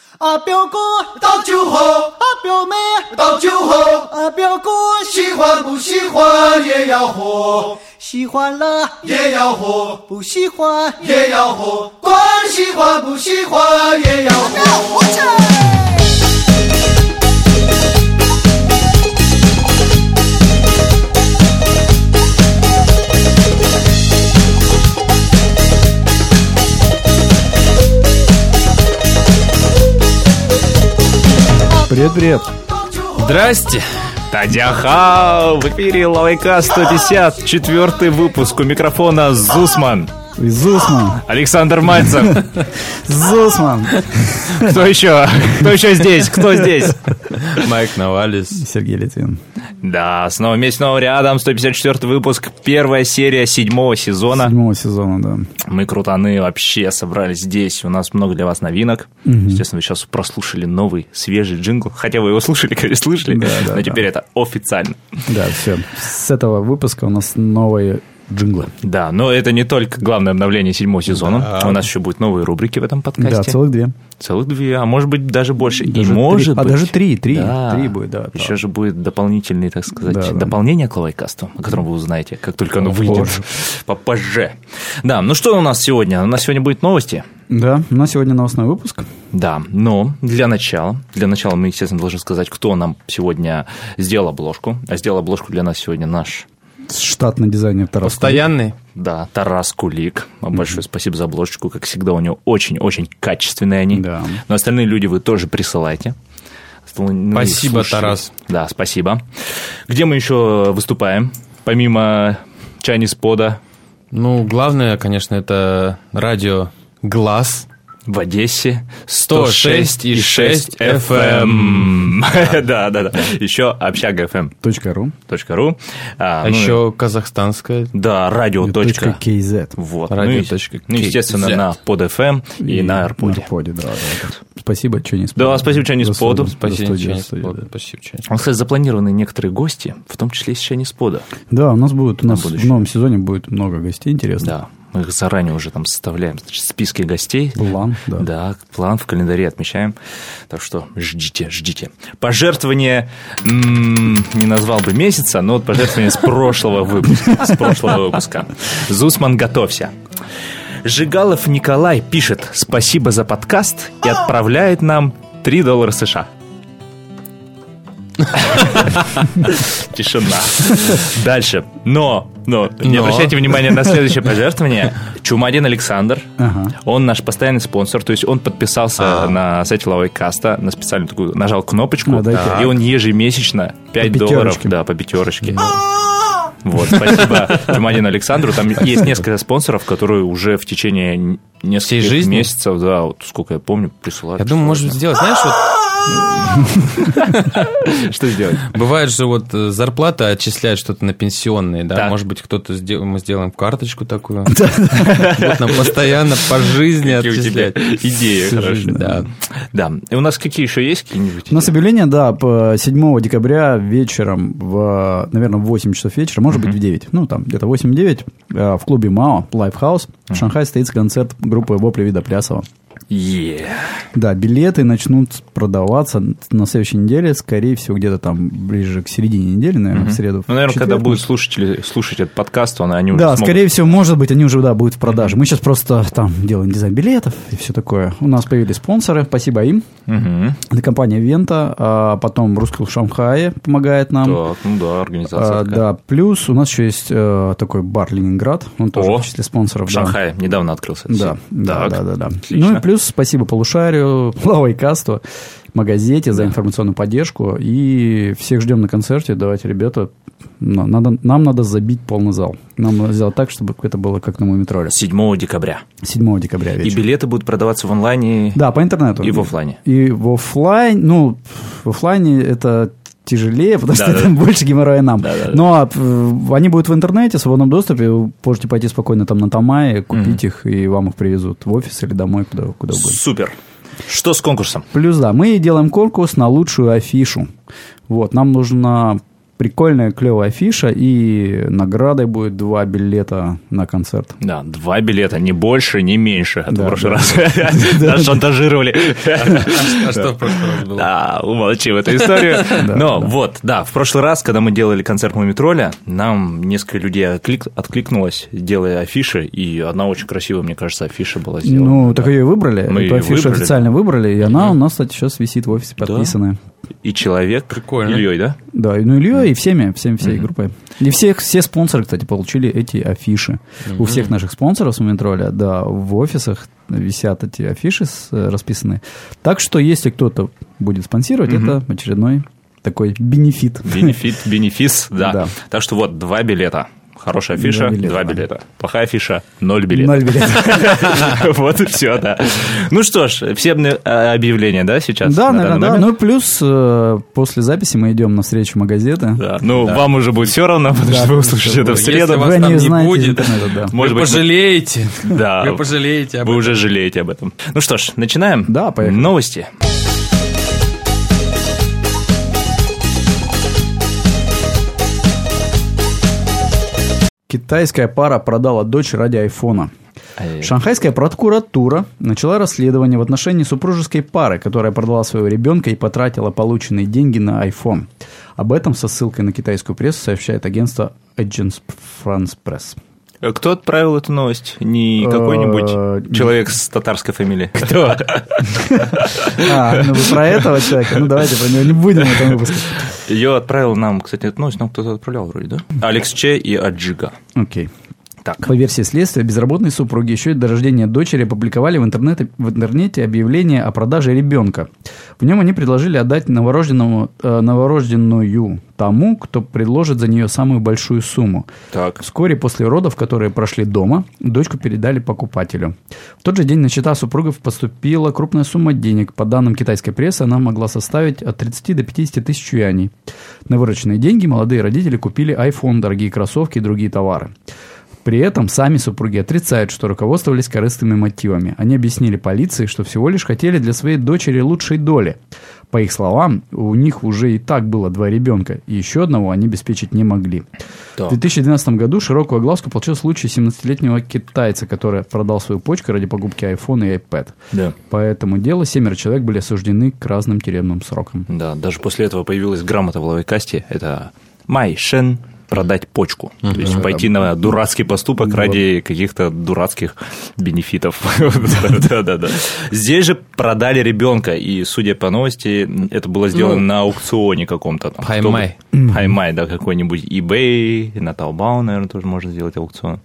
啊，表哥倒酒喝，啊，表妹倒酒喝，啊，表哥喜欢不喜欢也要喝，喜欢了也要喝，不喜欢也要喝，管喜欢不喜欢也要喝。 Привет-привет. Здрасте. Тадяхау. В эфире Лавайка 154 выпуск. У микрофона Зусман. Зусман. Александр Мальцев. Зусман. Кто еще? Кто еще здесь? Кто здесь? Майк Навалис. Сергей Литвин. Да, снова вместе, снова рядом. 154 выпуск. Первая серия 7-го сезона. 7-го сезона, да. Мы крутаны вообще собрались здесь. У нас много для вас новинок. Естественно, вы сейчас прослушали новый, свежий джингл. Хотя вы его слушали, конечно, слышали. Да, но теперь это официально. Да, все. С этого выпуска у нас новые джинглы. Да, но это не только главное обновление 7-го сезона. Да. У нас еще будут новые рубрики в этом подкасте. Да, целых 2. Целых 2, а может быть даже больше. Даже и может 3. быть... даже 3. 3 Да. будет, да. Еще же будет дополнительный, так сказать, Да. дополнение к Лавайкасту, о котором вы узнаете, как только оно Попозже. выйдет. Попозже. Да, ну что у нас сегодня? У нас сегодня будет новости. Да, у нас сегодня новостной выпуск. Да, но для начала мы, естественно, должны сказать, кто нам сегодня сделал обложку. А сделал обложку для нас сегодня наш... Штатный дизайнер Тарас. Постоянный. Да, Тарас Кулик. Большое спасибо за обложечку. Как всегда, у него очень-очень качественные они. Да. Но остальные люди вы тоже присылайте. Ну, Спасибо, слушай. Тарас. Да, спасибо. Где мы еще выступаем, помимо Chinese Pod'а? Ну, главное, конечно, это радио «Глаз». В Одессе 106,6 FM. Да. Еще общага FM. .ру. А еще казахстанская. Да, радио. .kz. Вот. Радио.kz. Ну, естественно, на Pod FM и на AirPod. Да. Спасибо, Chinese Pod. Да, спасибо Chinese Pod. Спасибо, Chinese Chinese Pod. Pod. Спасибо, Chinese Pod. У нас, кстати, запланированы некоторые гости, в том числе из Chinese Pod'а. Да, у нас в будущее. новом сезоне будет много гостей интересных. Да, мы их заранее уже там составляем, значит, списки гостей. План, да. Да, план в календаре отмечаем. Так что ждите. Пожертвование, не назвал бы месяца, но вот пожертвование с прошлого выпуска. Зусман, готовься. Жигалов Николай пишет: спасибо за подкаст и отправляет нам $3 США. Тишина. Дальше. Но не обращайте внимания на следующее пожертвование. Чумадин Александр. Он наш постоянный спонсор. То есть он подписался на сайте Лавайкаста, на специальную такую, нажал кнопочку, и он ежемесячно $5 по пятерочке. Вот, спасибо Чумадину Александру. Там есть несколько спонсоров, которые уже в течение нескольких месяцев, да, вот сколько я помню, присылают. Я думаю, может сделать, знаешь, вот... Что сделать? Бывает же вот зарплата отчисляет что-то на пенсионные, да? Так. Может быть, мы сделаем карточку такую. Вот нам постоянно по жизни отчислять. Идея хорошая. Да. И у нас какие еще есть какие-нибудь? У нас объявление, да, 7 декабря вечером, наверное, в 8 часов вечера, может быть, в 9, ну, там, где-то 8-9, в клубе МАО, Лайфхаус, в Шанхае состоится концерт группы Вопли Вида Плясова. Да, билеты начнут продаваться на следующей неделе, скорее всего, где-то там ближе к середине недели, наверное, в среду. Ну, наверное, когда будут слушатели слушать этот подкаст, они уже да, смогут... скорее всего, может быть, они уже, да, будут в продаже. Мы сейчас просто там делаем дизайн билетов и все такое. У нас появились спонсоры, спасибо им. Это компания Вента, а потом Русский в Шанхае помогает нам. Так, ну да, организация такая. Да, плюс у нас еще есть такой бар Ленинград, он тоже в числе спонсоров. В Шанхае недавно открылся. Да. Отлично. Ну и плюс спасибо Полушарию, Лавайкасту, Магазете за информационную поддержку. И всех ждем на концерте. Давайте, ребята, нам надо забить полный зал. Нам надо сделать так, чтобы это было как на Мумитроле. 7 декабря. 7 декабря вечером. И билеты будут продаваться в онлайне? Да, по интернету. И в офлайне? И в офлайне, в офлайне это... тяжелее, потому что там больше геморроя нам. Но они будут в интернете, в свободном доступе. Вы можете пойти спокойно там на Тамае, купить их, и вам их привезут в офис или домой, куда угодно. Супер. Что с конкурсом? Плюс, да, мы делаем конкурс на лучшую афишу. Вот, нам нужно прикольная, клевая афиша, и наградой будет 2 билета на концерт. Да, 2 билета, не больше, не меньше. Это в прошлый раз нас шантажировали. А что в прошлый раз было? Да, умолчим эту историю. Но вот, да, в прошлый раз, когда мы делали концерт Мумитроля, нам несколько людей откликнулось, делая афиши, и одна очень красивая, мне кажется, афиша была сделана. Ну, так ее и выбрали. Мы Эту ее афишу выбрали, официально выбрали, и она у нас, кстати, сейчас висит в офисе подписанная. И человек, Прикольно. Ильей, да? Да, ну Ильей и всей группой. И все спонсоры, кстати, получили эти афиши. У всех наших спонсоров с Мумитроля, да, в офисах висят эти афиши расписанные. Так что, если кто-то будет спонсировать, это очередной такой бенефит. Бенефис, да. Так что вот, 2 билета. Хорошая афиша, 2 билета. Плохая афиша, 0 билетов. 0 билетов. Вот и все, да. Ну что ж, все объявления, да, сейчас? Да, наверное, да. Ну и плюс после записи мы идем на встречу Магазеты. Да. Ну, вам уже будет все равно, потому что вы услышите это в среду. Если вас там не будет, может вы быть, пожалеете. Да. Вы пожалеете об этом. Вы уже жалеете об этом. Ну что ж, начинаем? Да, поехали. Новости. Китайская пара продала дочь ради айфона. Шанхайская прокуратура начала расследование в отношении супружеской пары, которая продала своего ребенка и потратила полученные деньги на iPhone. Об этом со ссылкой на китайскую прессу сообщает агентство Agence France Press. Кто отправил эту новость? Не какой-нибудь человек с татарской фамилией? Кто? Ну вы про этого человека? Ну давайте про него не будем в этом выпуске. Ее отправил нам, кстати, эту новость нам кто-то отправлял вроде, да? Алекс Че и Аджига. Окей. Так. По версии следствия, безработные супруги еще и до рождения дочери опубликовали в интернете объявление о продаже ребенка. В нем они предложили отдать новорожденную тому, кто предложит за нее самую большую сумму. Так. Вскоре после родов, которые прошли дома, дочку передали покупателю. В тот же день на счета супругов поступила крупная сумма денег. По данным китайской прессы, она могла составить от 30 до 50 тысяч юаней. На вырученные деньги молодые родители купили iPhone, дорогие кроссовки и другие товары. При этом сами супруги отрицают, что руководствовались корыстными мотивами. Они объяснили полиции, что всего лишь хотели для своей дочери лучшей доли. По их словам, у них уже и так было 2 ребенка, и еще одного они обеспечить не могли. Да. В 2012 году широкую огласку получил случай 17-летнего китайца, который продал свою почку ради покупки iPhone и iPad. Да. По этому делу 7 человек были осуждены к разным тюремным срокам. Да, даже после этого появилась грамота в лавекасте. Это Май Шен. Продать почку. То есть пойти на дурацкий поступок ради каких-то дурацких бенефитов. Да. Здесь же продали ребенка, и, судя по новости, это было сделано на аукционе каком-то. Хаймай. Хаймай, да, какой-нибудь eBay, на Taobao, наверное, тоже можно сделать аукцион.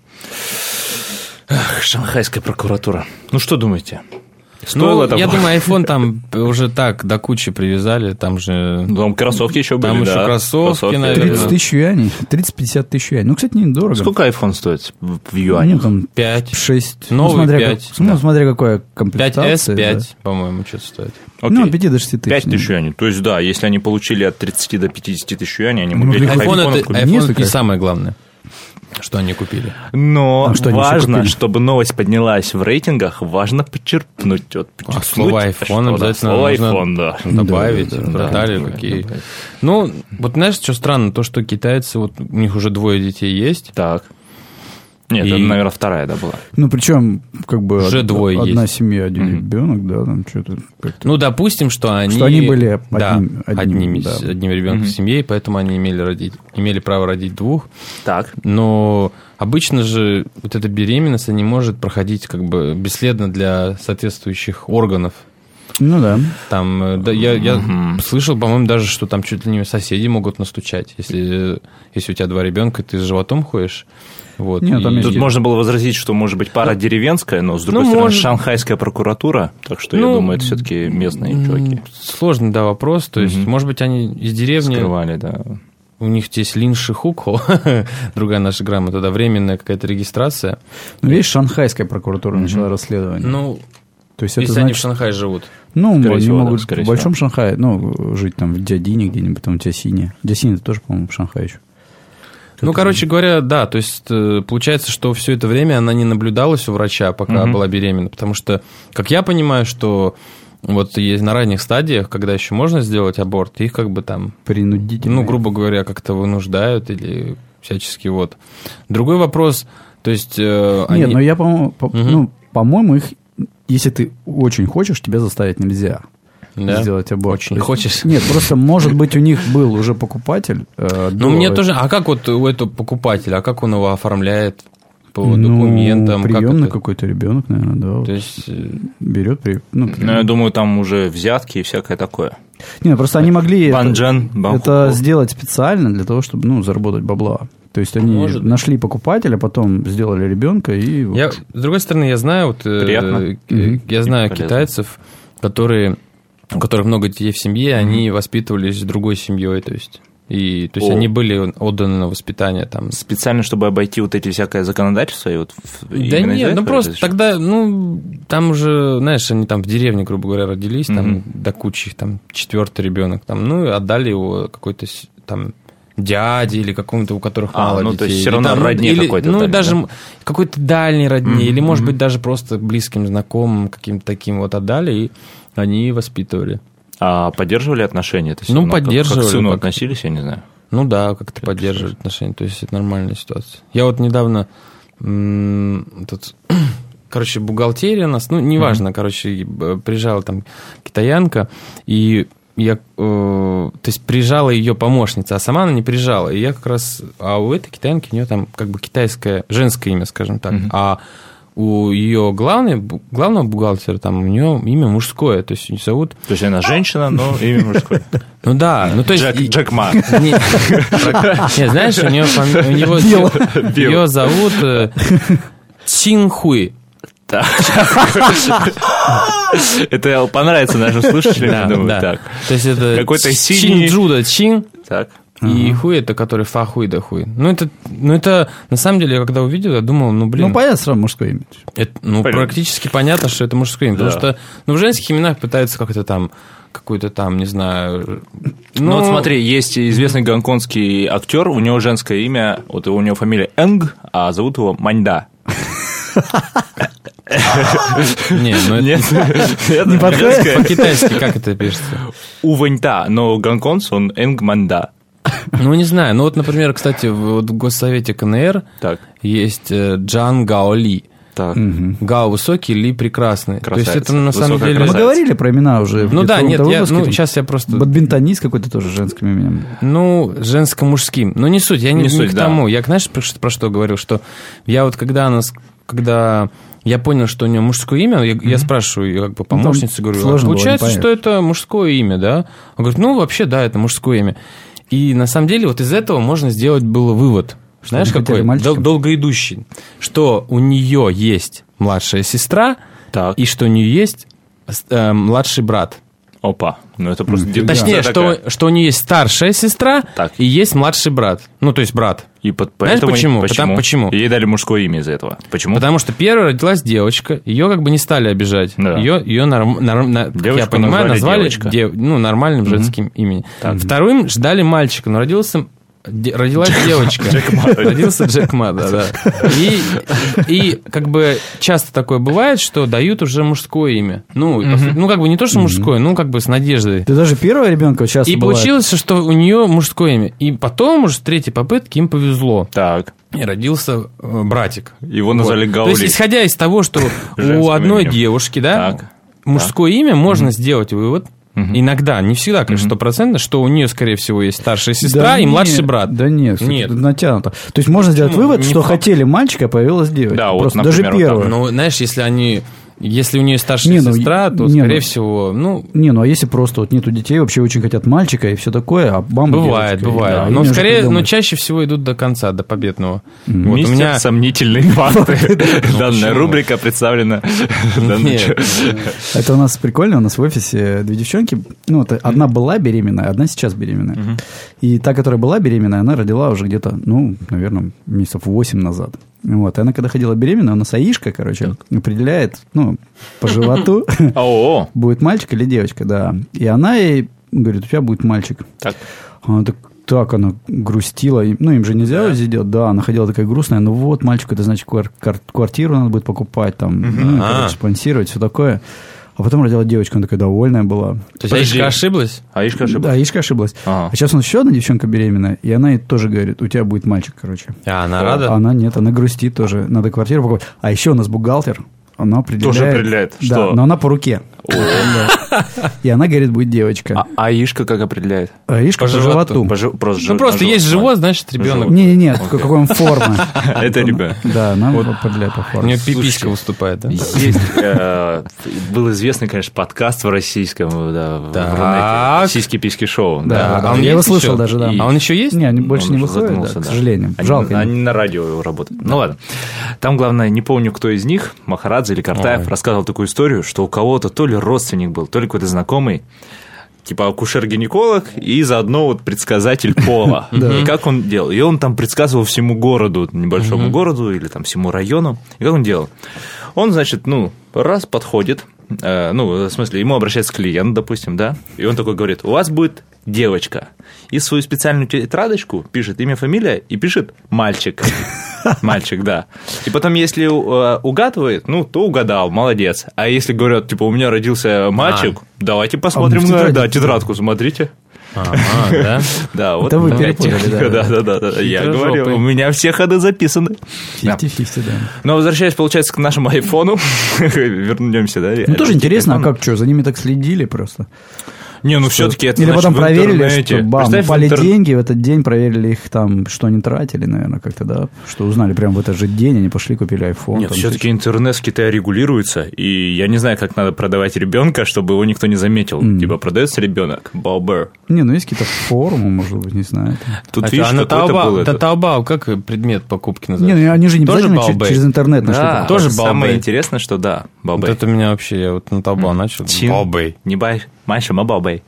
Шанхайская прокуратура. Ну, что думаете? Стоило я думаю, iPhone там уже так до кучи привязали, там же... Там кроссовки еще были, там еще кроссовки, наверное. 30 тысяч юаней, 30-50 тысяч юаней. Ну, кстати, недорого. Сколько iPhone стоит в юанях? Ну, там 5. 6. Новый 5. Смотря какая комплектация. 5S, 5, да. По-моему, что-то стоит. Ну, от 5 до 6 тысяч. 5 тысяч юаней. То есть, да, если они получили от 30 до 50 тысяч юаней, они могли... iPhone это не самое главное, что они купили. Но важно, чтобы новость поднялась в рейтингах, важно подчеркнуть. Слово iPhone обязательно нужно добавить. Далее какие. Ну, вот знаешь, что странно, то, что китайцы, вот у них уже 2 детей есть. Так. Нет, это, наверное, 2 была. Ну, причем, как бы, уже 2 одна есть. семья, один ребенок, да, там что-то как-то... Ну, допустим, что они были одним ребенком в семье, и поэтому они имели право родить 2. Так. Но обычно же вот эта беременность не может проходить как бы бесследно для соответствующих органов. Ну да. Там, да, я слышал, по-моему, даже, что там чуть ли не соседи могут настучать, если у тебя 2 ребенка, ты с животом ходишь. Вот. Нет, тут можно было возразить, что может быть пара деревенская, но с другой стороны шанхайская прокуратура, так что я думаю, это все-таки местные чуваки. Sложный, да, вопрос. То есть, может быть, они из деревни. Скрывали, да. У них здесь Лин Шихукхо, другая наша грамота, да, временная какая-то регистрация. Ну, видишь, шанхайская прокуратура начала расследование. Ну, то есть если они в Шанхае живут. Ну, они могут в Большом Шанхае, жить там в Дядине где-нибудь, там в Дзясине. Дзясин это тоже, по-моему, в Шанхае еще. Ну, короче говоря, да, то есть получается, что все это время она не наблюдалась у врача, пока была беременна, потому что, как я понимаю, что вот есть на ранних стадиях, когда еще можно сделать аборт, их как бы там... Принудительно. Ну, грубо говоря, как-то вынуждают или всячески вот. Другой вопрос, то есть... Нет, но я, по-моему, их, если ты очень хочешь, тебя заставить нельзя. Да? Сделать аборт. Очень хочешь? Нет, просто, может быть, у них был уже покупатель. Ну, мне тоже... А как вот у этого покупателя, а как он его оформляет? По документам. Приемный какой-то ребенок, наверное, да. То есть... Берет... я думаю, там уже взятки и всякое такое. Нет, просто они могли это сделать специально для того, чтобы заработать бабла. То есть они нашли покупателя, потом сделали ребенка и... С другой стороны, я знаю, я знаю китайцев, у которых много детей в семье, они воспитывались другой семьей, то есть они были отданы на воспитание там. Специально, чтобы обойти вот эти всякое законодательство? Да нет, просто тогда, там уже, знаешь, они там в деревне, грубо говоря, родились, там до кучи, их там 4-й ребенок, там, и отдали его какой-то там дяде или какому-то, у которых мало детей. То есть все равно родне какой-то. Ну, даже какой-то дальней родне, или, может быть, даже просто близким знакомым каким-то таким вот отдали, и они воспитывали. А поддерживали отношения? То есть, поддерживали. Как к сыну относились, я не знаю. Ну да, как-то поддерживали отношения. То есть это нормальная ситуация. Я вот недавно бухгалтерия у нас, неважно, приезжала там китаянка, и то есть приезжала ее помощница, а сама она не приезжала. И я как раз... А у этой китаянки, у нее там как бы китайское, женское имя, скажем так. А у ее главного бухгалтера, там, у нее имя мужское, то есть ее зовут... То есть она женщина, но имя мужское. Ну да, то есть... Джек Ма. Нет, знаешь, ее зовут Чин Хуй. Это понравится нашим слушателям, я думаю. Да. То есть это какой-то синий... Чинджуда Чин. Так. И хуй это, который фа-хуй да хуй. Это, на самом деле, я когда увидел, я думал, понятно, сразу мужское имя. Практически понятно, что это мужское имя. Потому что, в женских именах пытаются как-то там, какой-то там, не знаю... вот смотри, есть известный гонконгский актер, у него женское имя, вот у него фамилия Энг, а зовут его Маньда. Не подходит. По-китайски как это пишется? Уваньта, но гонконгц, он Энг Манда. Не знаю. Вот, например, кстати, в Госсовете КНР есть Джан Гао Ли. Гао высокий, Ли прекрасный. Красавец. То есть это на самом деле... Мы говорили про имена уже. Сейчас я просто... Бадминтонист какой-то тоже женским именем. Женско-мужским. Но не суть, я не к тому. Я, знаешь, про что говорил? Что я вот когда я понял, что у нее мужское имя, я спрашиваю ее помощницу, говорю, получается, что это мужское имя, да? Он говорит, вообще, да, это мужское имя. И на самом деле вот из этого можно сделать было вывод. Знаешь, какой? Долгоидущий. Что у нее есть младшая сестра, и что у нее есть младший брат. Опа, это просто... Точнее, что у нее есть старшая сестра и есть младший брат. То есть брат. И знаешь почему? Почему? Ей дали мужское имя из-за этого. Почему? Потому что первая родилась девочка, ее не стали обижать. Да. Ее я понимаю, назвали нормальным женским именем. Вторым ждали мальчика, но родилась девочка. Родился Джек Ма, да. И часто такое бывает, что дают уже мужское имя. Не то, что мужское, с надеждой. Ты даже первого ребенка часто бывает. И получилось, что у нее мужское имя. И потом уже с третьей попытки им повезло. Так. И родился братик. Его назвали Гаули. То есть, исходя из того, что у одной девушки, мужское имя, можно сделать вывод. Иногда, не всегда, конечно, 100%, что у нее, скорее всего, есть старшая сестра и младший брат. Да нет, натянуто. То есть можно сделать вывод, что хотели мальчика, а появилась девочка. Да, вот, например, даже первая. Знаешь, если у нее старшая сестра, то, скорее всего, а если просто нету детей, вообще очень хотят мальчика и все такое, а бамба бывает. Да, но скорее, чаще всего идут до конца, до победного. Мистер, у меня сомнительные факты. Данная рубрика представлена. Это у нас прикольно, у нас в офисе две девчонки, одна была беременная, одна сейчас беременная. И та, которая была беременная, она родила уже где-то, наверное, месяцев 8 назад. И она, когда ходила беременная, у нас Аишка, определяет, по животу, будет мальчик или девочка, да. И она ей говорит, у тебя будет мальчик. Она так она грустила. Им же нельзя УЗИ делать. Да, она ходила такая грустная. Мальчику, это значит, квартиру надо будет покупать, спонсировать, все такое. А потом родила девочку, она такая довольная была. То есть Аишка ошиблась? Да, Аишка ошиблась. А сейчас у нас еще одна девчонка беременная, и она ей тоже говорит, у тебя будет мальчик, короче. А она рада? Она нет, она грустит тоже. Надо квартиру покупать. А еще у нас бухгалтер. Она определяет. Тоже определяет, да, что? но она по руке. И она говорит, будет девочка. А Аишка как определяет? Аишка по животу. Просто есть живот, значит, ребенок. Не, какой он формы. Это ребенок. Да, она определяет по форме. У нее пиписька выступает, да? Есть. Был известный, конечно, подкаст в российском, в Рунете. «Сиськи-письки шоу». Да, я его слышал даже, да. А он еще есть? Не, больше не выходит, к сожалению. Жалко. Они на радио работают. Ну ладно. Там, главное, не помню, кто из них, Махарадзе или Картаев, рассказывал такую историю, что у кого-то то ли родственник был, то ли какой-то знакомый, типа акушер-гинеколог и заодно вот предсказатель пола. И как он делал? И он там предсказывал всему городу, небольшому городу или там всему району. И как он делал? Он, значит, раз подходит, в смысле, ему обращается клиент, допустим, да, и он такой говорит, у вас будет девочка. И свою специальную тетрадочку пишет имя, фамилия и пишет «мальчик». Мальчик, да. И потом, если угадывает, то угадал, молодец. А если говорят, типа, у меня родился мальчик, давайте посмотрим на тетрадку, смотрите. Да? Да, вот. Это вы перепутали, да. Я говорю, у меня все ходы записаны. 50-50, да. Но возвращаясь, получается, к нашему айфону, вернемся, да? Тоже интересно, а как, что, за ними так следили просто? Не, все-таки это или потом проверили, что упали деньги, в этот день проверили их там, что они тратили, наверное, как-то, да, что узнали прямо в этот же день, они пошли, купили iPhone. Нет, все-таки интернет в Китае регулируется, и я не знаю, как надо продавать ребенка, чтобы его никто не заметил. Типа продается ребенок, Баобер. Не, есть какие-то форумы, может быть, не знаю. Тут видишь, какой-то был это Таобао, как предмет покупки называется? Не, они же не обязательно через интернет. Да, тоже Баобэй. Самое интересное, что да, Баобэй. Вот это меня вообще, я вот на Таобао начал. Баобэй. Не бай. Маньше Баобэй.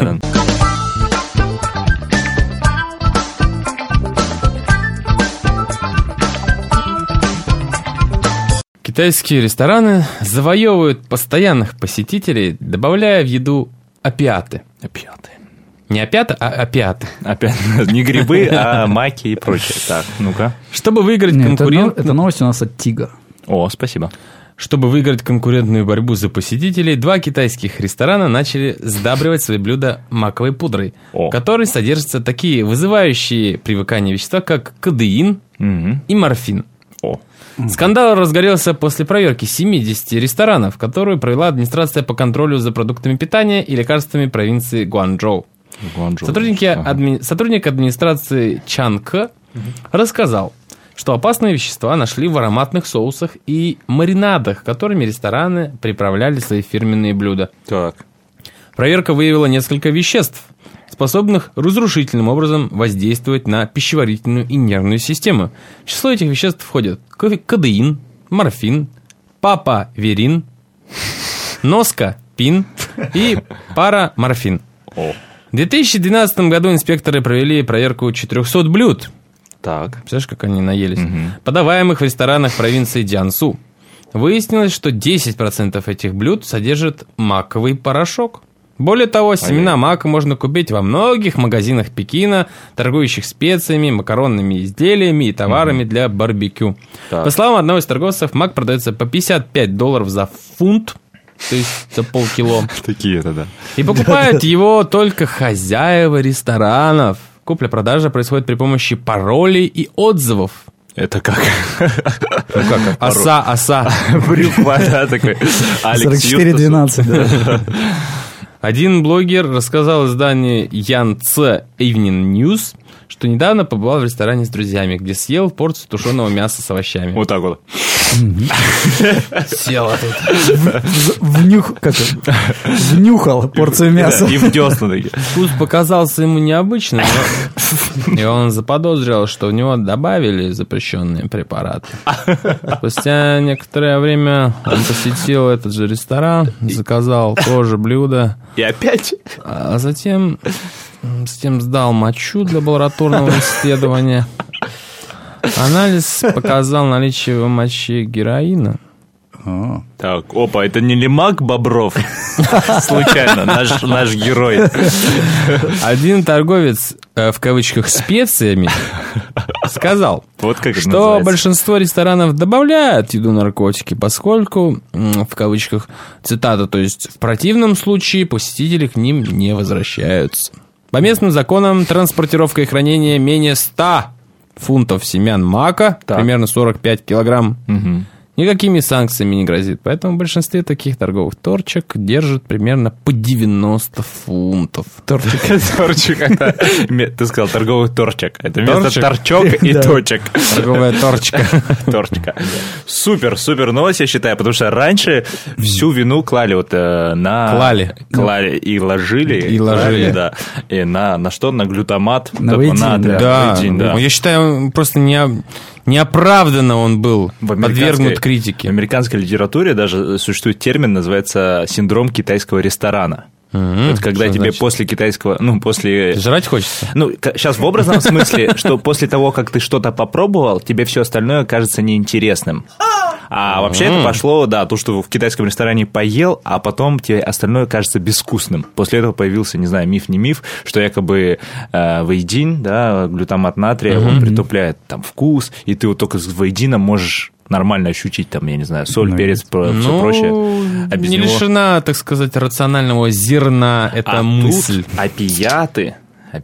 Китайские рестораны завоевывают постоянных посетителей, добавляя в еду опиаты. Опиаты. Не опята, а опиаты. Не грибы, а маки и прочее. Так, ну-ка. Чтобы выиграть конкурент... Это новость у нас от Тига. О, спасибо. Чтобы выиграть конкурентную борьбу за посетителей, 2 китайских ресторана начали сдабривать свои блюда маковой пудрой, в которой содержатся такие вызывающие привыкание вещества, как кадеин и морфин. Скандал разгорелся после проверки 70 ресторанов, которую провела администрация по контролю за продуктами питания и лекарствами провинции Гуанчжоу. Сотрудник администрации Чан К рассказал, что опасные вещества нашли в ароматных соусах и маринадах, которыми рестораны приправляли свои фирменные блюда. Так. Проверка выявила несколько веществ, способных разрушительным образом воздействовать на пищеварительную и нервную систему. В число этих веществ входят кадеин, морфин, папаверин, носкопин и параморфин. В 2012 году инспекторы провели проверку 400 блюд. Так. Представляешь, как они наелись? Подаваемых в ресторанах провинции Джиансу. Выяснилось, что 10% этих блюд содержат маковый порошок. Более того, семена мака можно купить во многих магазинах Пекина, торгующих специями, макаронными изделиями и товарами для барбекю. Так. По словам одного из торговцев, мак продается по $55 за фунт, то есть за полкило. Такие-то, да. И покупают его только хозяева ресторанов. Купля-продажа происходит при помощи паролей и отзывов. Это как? Оса. Брюхва, да, такой. 4412, да. Один блогер рассказал изданию Янце Evening News, что недавно побывал в ресторане с друзьями, где съел порцию тушеного мяса с овощами. Вот так вот. Села тут. Внюхал порцию мяса. И в десна такие. Вкус показался ему необычным, и он заподозрил, что в него добавили запрещенные препараты. Спустя некоторое время он посетил этот же ресторан, заказал тоже блюдо. И опять? А затем сдал мочу для лабораторного исследования. Анализ показал наличие в моче героина. Так, опа, это не Лемак Бобров? Случайно, наш герой. Один торговец, в кавычках, специями сказал, вот как что большинство ресторанов добавляют в еду наркотики, поскольку, в кавычках, цитата, то есть в противном случае посетители к ним не возвращаются. По местным законам транспортировка и хранение менее 100 фунтов семян мака, примерно 45 килограмм, никакими санкциями не грозит. Поэтому в большинстве таких торговых точек держат примерно по 90 фунтов. Торчик, ты сказал торговых торчек. Это вместо торчок и точек. Торговая торчка. Торчка. Супер новость, я считаю, потому что раньше всю вину клали вот на... Клали и ложили. Да. И на что? На глютамат. На вейдин, да. Я считаю, просто неоправданно он был подвергнут критике. В американской литературе даже существует термин, называется синдром китайского ресторана. Это когда тебе значит? После китайского... после... Жрать хочется? Сейчас в образном смысле, что после того, как ты что-то попробовал, тебе все остальное кажется неинтересным. А вообще это пошло, то, что в китайском ресторане поел, а потом тебе остальное кажется безвкусным. После этого появился, не знаю, миф, не миф, что якобы вейдин, глютамат натрия, он притупляет там вкус, и ты вот только с вейдином можешь нормально ощутить, там, я не знаю, соль, перец, все прочее. А без не него... лишена, так сказать, рационального зерна эта мысль. Тут опияты.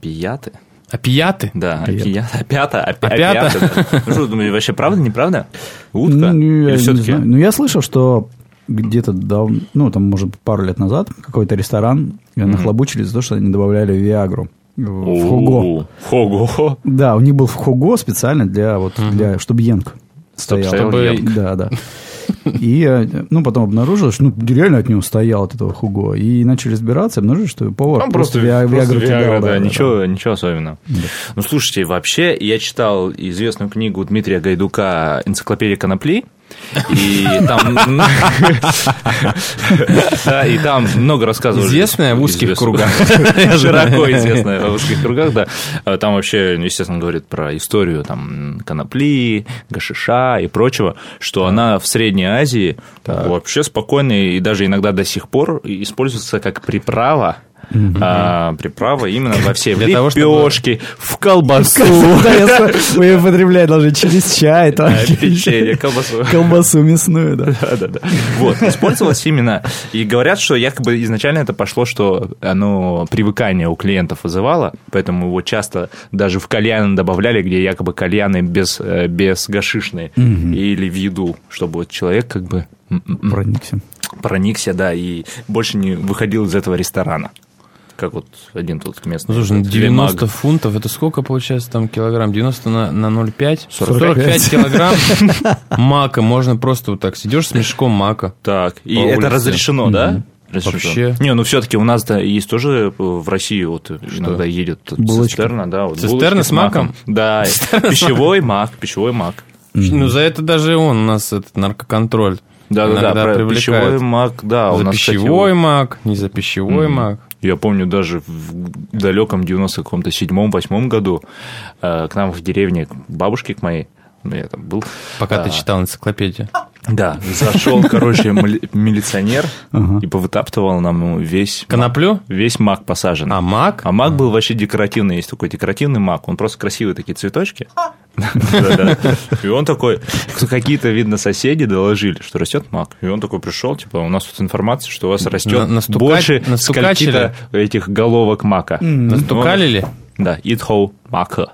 Опияты? Да, опята. Ну что, думаете, вообще правда, неправда? Утка? Или все-таки? Я слышал, что где-то, там, может, пару лет назад какой-то ресторан нахлобучили за то, что они добавляли виагру в хуго. В хуго? Да, у них был в хуго специально для чтобы йенг стоял. Да. И, потом обнаружилось, что реально от него стоял от этого хуго. И начали разбираться, обнаружили, что повар просто виагру кидал. Да, ничего особенного. Да. Слушайте, вообще, я читал известную книгу Дмитрия Гайдука «Энциклопедия конопли». И там много рассказывали. Известная в узких кругах. Широко известная в узких кругах, да. Там вообще, естественно, говорит про историю там конопли, гашиша и прочего, что она в Средней Азии вообще спокойно и даже иногда до сих пор используется как приправа. Приправа именно во все лепешки, в колбасу. Вы ее употребляете даже через чай. Печенье, колбасу. Колбасу мясную, да. Да. Вот, использовалось именно. И говорят, что якобы изначально это пошло, что оно привыкание у клиентов вызывало, поэтому его часто даже в кальяны добавляли, где якобы кальяны без гашишные или в еду, чтобы вот человек как бы... Проникся, да, и больше не выходил из этого ресторана. Как вот один тут местный. Слушай, 90 фунтов, это сколько получается там килограмм? 90 на 0,5? 45 килограмм мака. Можно просто вот так сидишь с мешком мака. Так, и это разрешено, да? Вообще. Не, все-таки у нас есть тоже в России вот иногда едет цистерна, да. Цистерна с маком? Да, пищевой мак. За это даже у нас этот наркоконтроль. Да, про пищевой мак, да. За пищевой мак, не за пищевой мак. Я помню, даже в далеком 97-8 году к нам в деревне, к бабушке к моей, я там был. Пока ты читал энциклопедию. Да, зашел, милиционер и повытаптывал нам весь... Коноплю? Весь мак посажен. А мак? А мак был вообще декоративный, есть такой декоративный мак, он просто красивые такие цветочки. И он такой, какие-то, видно, соседи доложили, что растет мак. И он такой пришел, типа, у нас тут информация, что у вас растет больше скольки-то этих головок мака. Настукали ли? Да, идхоу мака.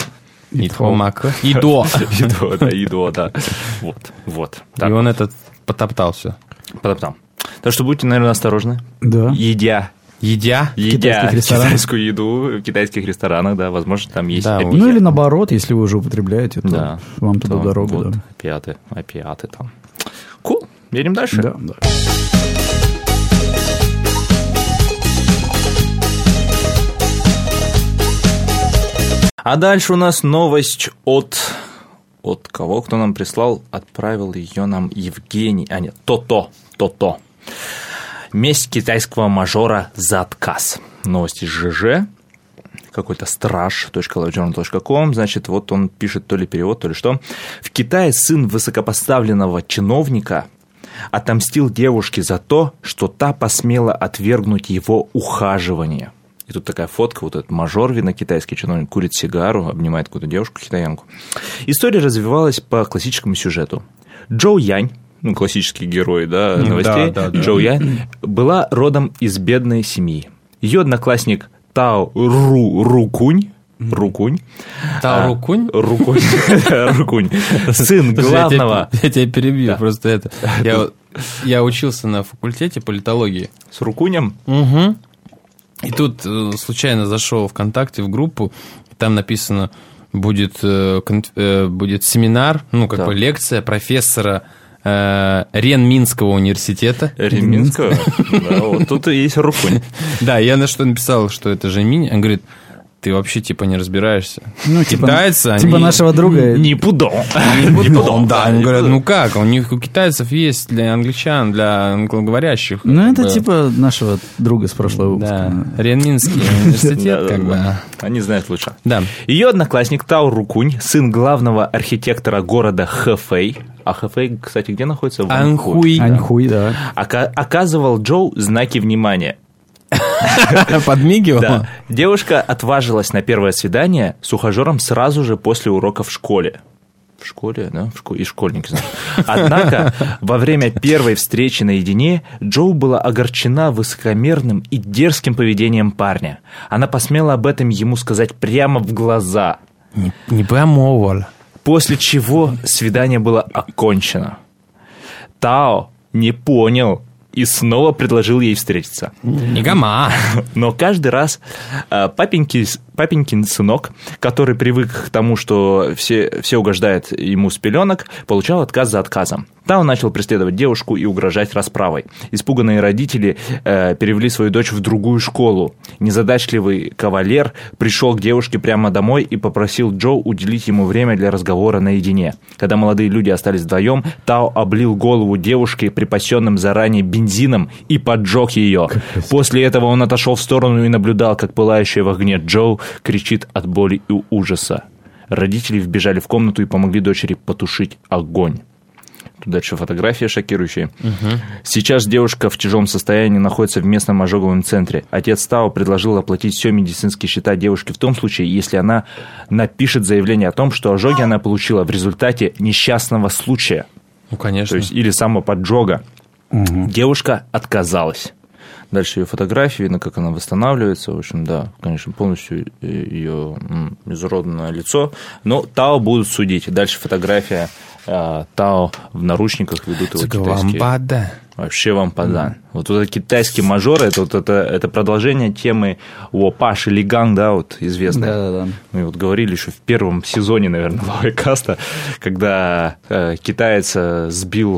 Идо, да. Вот. И он этот потоптал все. Потоптал. Так что будьте, наверное, осторожны. Да. Едя китайскую еду в китайских ресторанах, да, возможно, там есть опиаты. Ну, или наоборот, если вы уже употребляете, то вам туда дорога. Вот, опиаты там. Cool. Едем дальше? Да. А дальше у нас новость от кого? Кто нам прислал? Отправил ее нам Евгений. Тото. Месть китайского мажора за отказ. Новость из ЖЖ. Какой-то страж.livejournal.com. Значит, вот он пишет то ли перевод, то ли что. В Китае сын высокопоставленного чиновника отомстил девушке за то, что та посмела отвергнуть его ухаживание. И тут такая фотка, вот этот мажор винно-китайский чиновник курит сигару, обнимает какую-то девушку-китаянку. История развивалась по классическому сюжету. Джоу Янь, классический герой, да, новостей, Джоу Янь, была родом из бедной семьи. Ее одноклассник Тао Рукунь, Тао Рукунь? Рукунь. Сын главного... Я тебя перебью, просто это... Я учился на факультете политологии. С Рукунем? Угу. И тут случайно зашел ВКонтакте в группу, там написано, будет семинар, бы лекция профессора Ренминского университета. Ренминского? Да, вот тут и есть Рукунь. Да, я на что написал, что это же Минь, он говорит, ты вообще, не разбираешься. Китайцы, они... Типа нашего друга... Не пудон. Да, они говорят, как, у китайцев есть для англичан, для англоговорящих. Это типа нашего друга с прошлого выпуска. Да, Ренминский университет, Они знают лучше. Да. Ее одноклассник Тао Рукунь, сын главного архитектора города Хэфэй. А Хэфэй, кстати, где находится? Анхуй. Анхуй, да. Оказывал Джоу знаки внимания. Подмигивал? Да. Девушка отважилась на первое свидание с ухажером сразу же после урока в школе. В школе, да? И школьники, знаешь. Однако, во время первой встречи наедине Джоу была огорчена высокомерным и дерзким поведением парня. Она посмела об этом ему сказать прямо в глаза. Не промовил. После чего свидание было окончено. Тао не понял и снова предложил ей встретиться. Нигама. Но каждый раз папенькин сынок, который привык к тому, что все угождают ему с пеленок, получал отказ за отказом. Тао начал преследовать девушку и угрожать расправой. Испуганные родители перевели свою дочь в другую школу. Незадачливый кавалер пришел к девушке прямо домой и попросил Джоу уделить ему время для разговора наедине. Когда молодые люди остались вдвоем, Тао облил голову девушки припасенным заранее бензином и поджег ее. После этого он отошел в сторону и наблюдал, как пылающая в огне Джоу кричит от боли и ужаса. Родители вбежали в комнату и помогли дочери потушить огонь. Тут дальше фотография шокирующая. Сейчас девушка в тяжелом состоянии находится в местном ожоговом центре. Отец Тао предложил оплатить все медицинские счета девушки в том случае, если она напишет заявление о том, что ожоги она получила в результате несчастного случая. Конечно. То есть, или самоподжога. Девушка отказалась. Дальше ее фотографии, видно, как она восстанавливается. В общем, да, конечно, полностью ее изуродованное лицо. Но Тао будут судить. Дальше фотография Тао в наручниках ведут его китайские. Вообще вам подан. Вот это китайский мажор, это продолжение темы о Паше Лиган, да, вот известной. Да. Мы вот говорили еще в первом сезоне, наверное, Лайвкаста, когда китаец сбил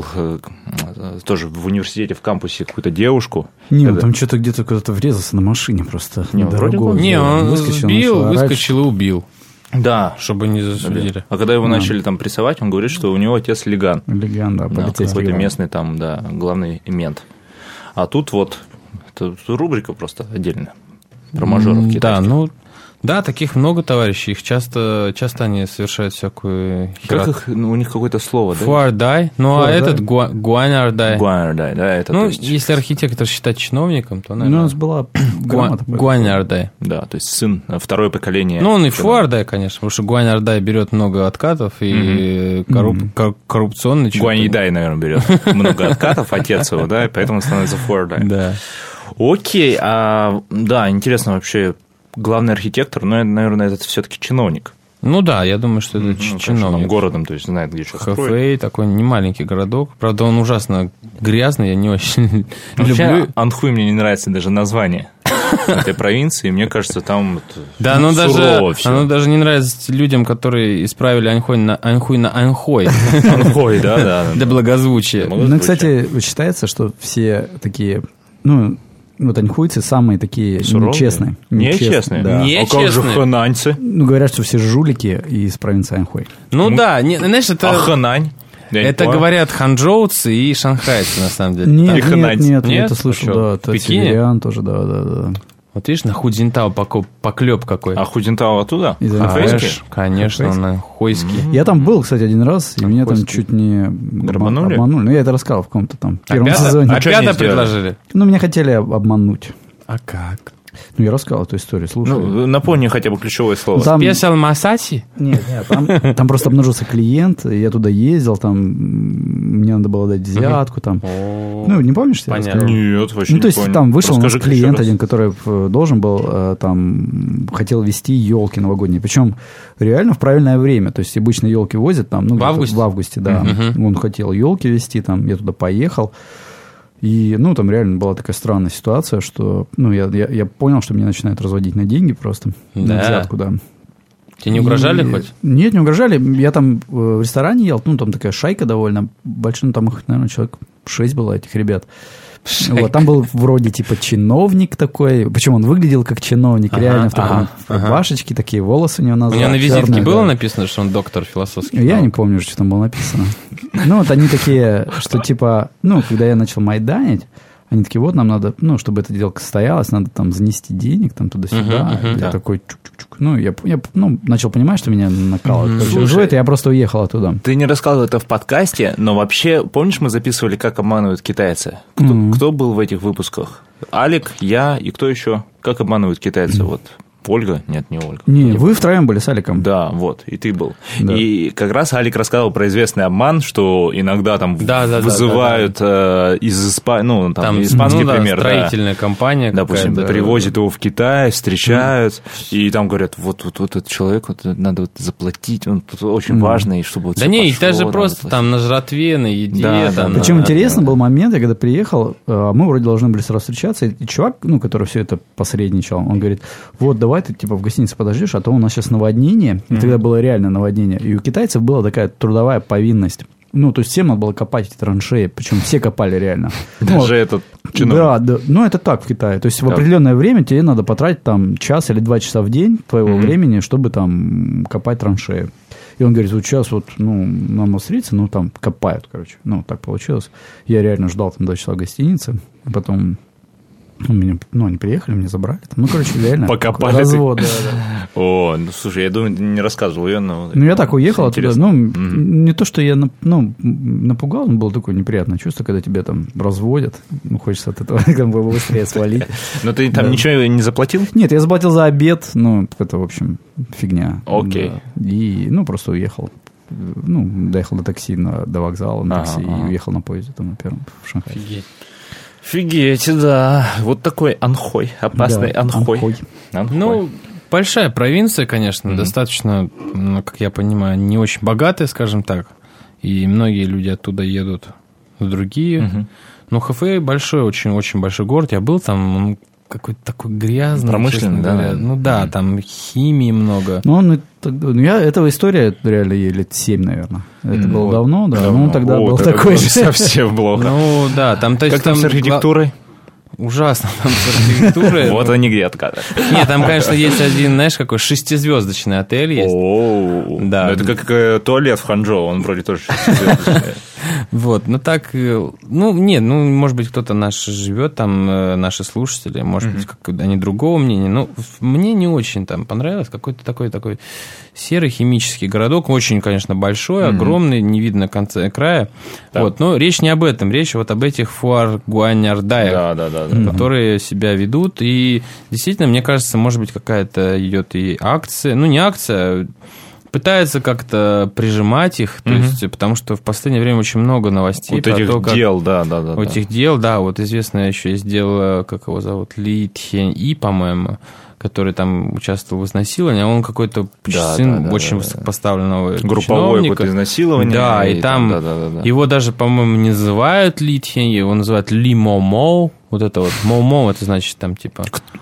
тоже в университете, в кампусе какую-то девушку. Не, он там что-то где-то куда-то врезался на машине просто. Не, он выскочил и убил. Да. Чтобы не засудили. А когда его начали там прессовать, он говорит, что у него отец Лиган. Лиган, да, полицейский. Какой-то местный там, да, главный мент. А тут вот, это рубрика просто отдельная про мажоров китайских. Да, таких много товарищей, их часто они совершают всякую хероту. Как у них какое-то слово, да? Фуардай, этот Гуанардай. Гуанардай, да, это есть... если архитектор считать чиновником, то, наверное... у нас была грамота. Гуанардай. Да, то есть сын, второе поколение. Он и Фуардай, конечно, потому что Гуанардай берет много откатов и коррупционный... Гуаньдай, наверное, берет много откатов, отец его, да, и поэтому становится Фуардай. Да. Окей, да, интересно вообще... Главный архитектор, но, наверное, это все-таки чиновник. Да, я думаю, что это чиновник. Он городом, то есть знает, где что строить. Хэфэй такой не маленький городок. Правда, он ужасно грязный, я не очень люблю. Анхуй мне не нравится даже название этой провинции. Мне кажется, там да, оно даже не нравится людям, которые исправили Анхуй на Анхой. Анхой, да. Для благозвучия. Кстати, считается, что все такие, аньхуйцы самые такие нечестные. Нечестные? Да. А как же хэнаньцы? Говорят, что все жулики из провинции Аньхуй. Да, знаешь, это... А Хэнань? Это говорят ханчжоуцы и шанхайцы, на самом деле. Нет, я это слышал, да. В Пекине? Северян тоже, да. Вот видишь, на Худзинтау поклеп какой. А Худзинтау оттуда? Конечно, он на Хойский. Я там был, кстати, один раз, и меня там чуть не обманули. Ну, я это рассказал в каком-то там первом сезоне. Опять предложили? Ну, меня хотели обмануть. А как? Ну, я рассказал эту историю, слушай. Ну, напомни хотя бы ключевое слово. Специал Масаси? Нет, там просто обнаружился клиент, я туда ездил, там мне надо было дать взятку, там. Ну, не помнишь? Понятно. Нет, вообще не помню. Ну, то есть там вышел у нас клиент один, который должен был, там, хотел везти елки новогодние, причем реально в правильное время, то есть обычно елки возят там, ну, в августе? В августе, да. Он хотел елки везти, там, я туда поехал. И, ну, там реально была такая странная ситуация, что, ну, я понял, что меня начинают разводить на деньги просто, на взятку, да. Тебе не угрожали хоть? Нет, не угрожали. Я там в ресторане ел, ну, там такая шайка довольно большая, ну, там их, наверное, человек 6 было, этих ребят. Вот, там был вроде типа чиновник такой, причем он выглядел как чиновник, реально в такой рубашечке, такие волосы у него назад. У него на визитке было написано, что он доктор философский? Я не помню, что там было написано. Ну, вот они такие, что типа, ну, когда я начал майданить, они такие, вот нам надо, ну, чтобы эта сделка состоялась, надо там занести денег, там туда-сюда. Я такой, чук-чук-чук. Ну, я начал понимать, что меня накалывают. Слушай, я просто уехал оттуда. Ты не рассказывал это в подкасте, но вообще, помнишь, мы записывали, как обманывают китайцы? Кто был в этих выпусках? Алик, я и кто еще? Как обманывают китайцы? Вот. Ольга? Нет, не Ольга. Не, вы втроем были с Аликом. Да, вот, и ты был. Да. И как раз Алик рассказывал про известный обман, что иногда там вызывают из Испании, ну, там испанский пример. Строительная компания. Допустим, привозят его в Китай, встречают, и там говорят, вот этот человек, вот, надо вот заплатить, он очень важный, чтобы вот да не, их даже просто там на жратве, на еде. Да. Причем интересно был момент, я когда приехал, мы вроде должны были сразу встречаться, и чувак, ну, который все это посредничал, он говорит, вот, давай ты типа в гостинице подождешь, а то у нас сейчас наводнение. И тогда было реально наводнение. И у китайцев была такая трудовая повинность. Ну, то есть всем надо было копать эти траншеи, причем все копали реально. Даже этот чиновник. Да, ну это так в Китае. То есть в определенное время тебе надо потратить там час или 2 часа в день твоего времени, чтобы там копать траншеи. И он говорит, вот сейчас вот, ну, нам встретиться, ну, там копают, короче. Ну, так получилось. Я реально ждал там 2 часа в гостинице, а потом... они приехали, меня забрали. Там, ну, короче, реально. Покопали. Развод, да. О, ну, слушай, я думаю, не рассказывал ее, но... Ну, я так уехал оттуда. Ну, не то, что я, напугал, но было такое неприятное чувство, когда тебя там разводят. Ну, хочется от этого как бы быстрее свалить. Но ты там ничего не заплатил? Нет, я заплатил за обед. Ну, это, в общем, фигня. Окей. И, ну, просто уехал. Ну, доехал до такси, до вокзала на такси и уехал на поезде там на первом в Шанхай. Офигеть, да. Вот такой Анхой, опасный Анхой. Ну, большая провинция, конечно, достаточно, как я понимаю, не очень богатая, скажем так. И многие люди оттуда едут в другие. Но Хэфэй большой, очень-очень большой город. Я был там, он какой-то такой грязный. Промышленный, да? Ну да, там химии много. Эта история реально ей лет 7, наверное. Это было давно, да. Ну, тогда был такой же. Совсем плохо. Ну, да. Как там с архитектурой? Ужасно там с архитектурой. Вот они где откаты. Нет, там, конечно, есть один, знаешь, какой 6-звездочный отель есть. Да. Это как туалет в Ханчжоу, он вроде тоже 6-звездочный. Вот, ну так, может быть, кто-то наш живет там, наши слушатели, может быть, они другого мнения, но мне не очень там понравилось, какой-то такой серый химический городок, очень, конечно, большой, огромный, не видно конца края, вот, но речь не об этом, речь вот об этих фуар-гуаньярдаях, которые себя ведут, и действительно, мне кажется, может быть, какая-то идет и акция, ну, не акция, пытается как-то прижимать их, то есть, потому что в последнее время очень много новостей. Вот этих дел, да. Этих дел, да, вот известное еще есть дело, как его зовут, Ли Тхень-И, по-моему, который там участвовал в изнасиловании, а он какой-то сын очень высокопоставленного групповое какое-то изнасилование. Да, и там его даже, по-моему, не называют Ли Тхень, его называют Ли Мо-Мо. Вот это вот Мо-Мо, это значит там типа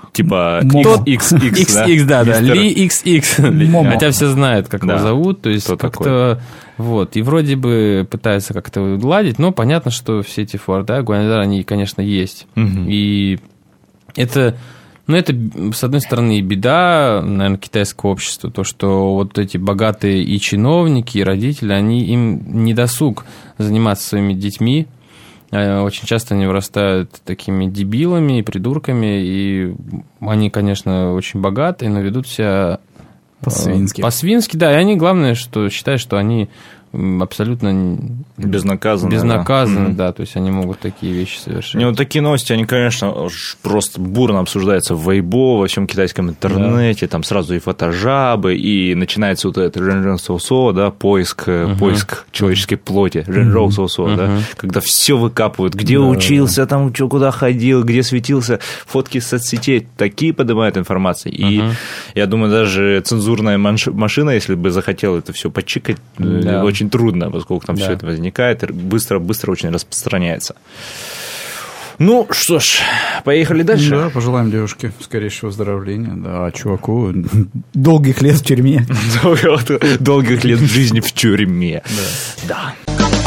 XX, да, Ли XX. Хотя все знают, как его зовут, то есть как-то вот. И вроде бы пытаются как-то уладить, но понятно, что все эти фуарда, гуаньярдары, они, конечно, есть. И это... Ну, это, с одной стороны, и беда, наверное, китайского общества, то, что вот эти богатые и чиновники, и родители, им не досуг заниматься своими детьми, очень часто они вырастают такими дебилами и придурками, и они, конечно, очень богатые, но ведут себя по-свински. По-свински, да, и они, главное, что считают, что они абсолютно безнаказанно, да, то есть они могут такие вещи совершать. Вот такие новости, они, конечно, просто бурно обсуждаются в Weibo, во всем китайском интернете, там сразу и фотожабы, и начинается вот этот Рэнжэнсоусо, да, поиск человеческой плоти, Рэнжэнсоусо, да, когда все выкапывают, где учился, там, куда ходил, где светился, фотки с соцсетей, такие поднимают информации, и я думаю, даже цензурная машина, если бы захотела это все почикать, очень трудно, поскольку там все это возникает и быстро очень распространяется. Ну, что ж, поехали дальше. Да, пожелаем девушке скорейшего выздоровления, да, а чуваку долгих лет в тюрьме. Долгих лет жизни в тюрьме. Да.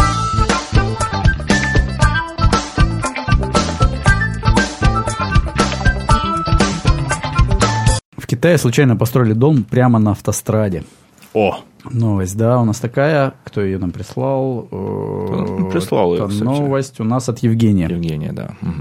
В Китае случайно построили дом прямо на автостраде. О! Новость, да, у нас такая. Кто ее нам прислал? Прислал ее, кстати. Новость у нас от Евгения. Евгения,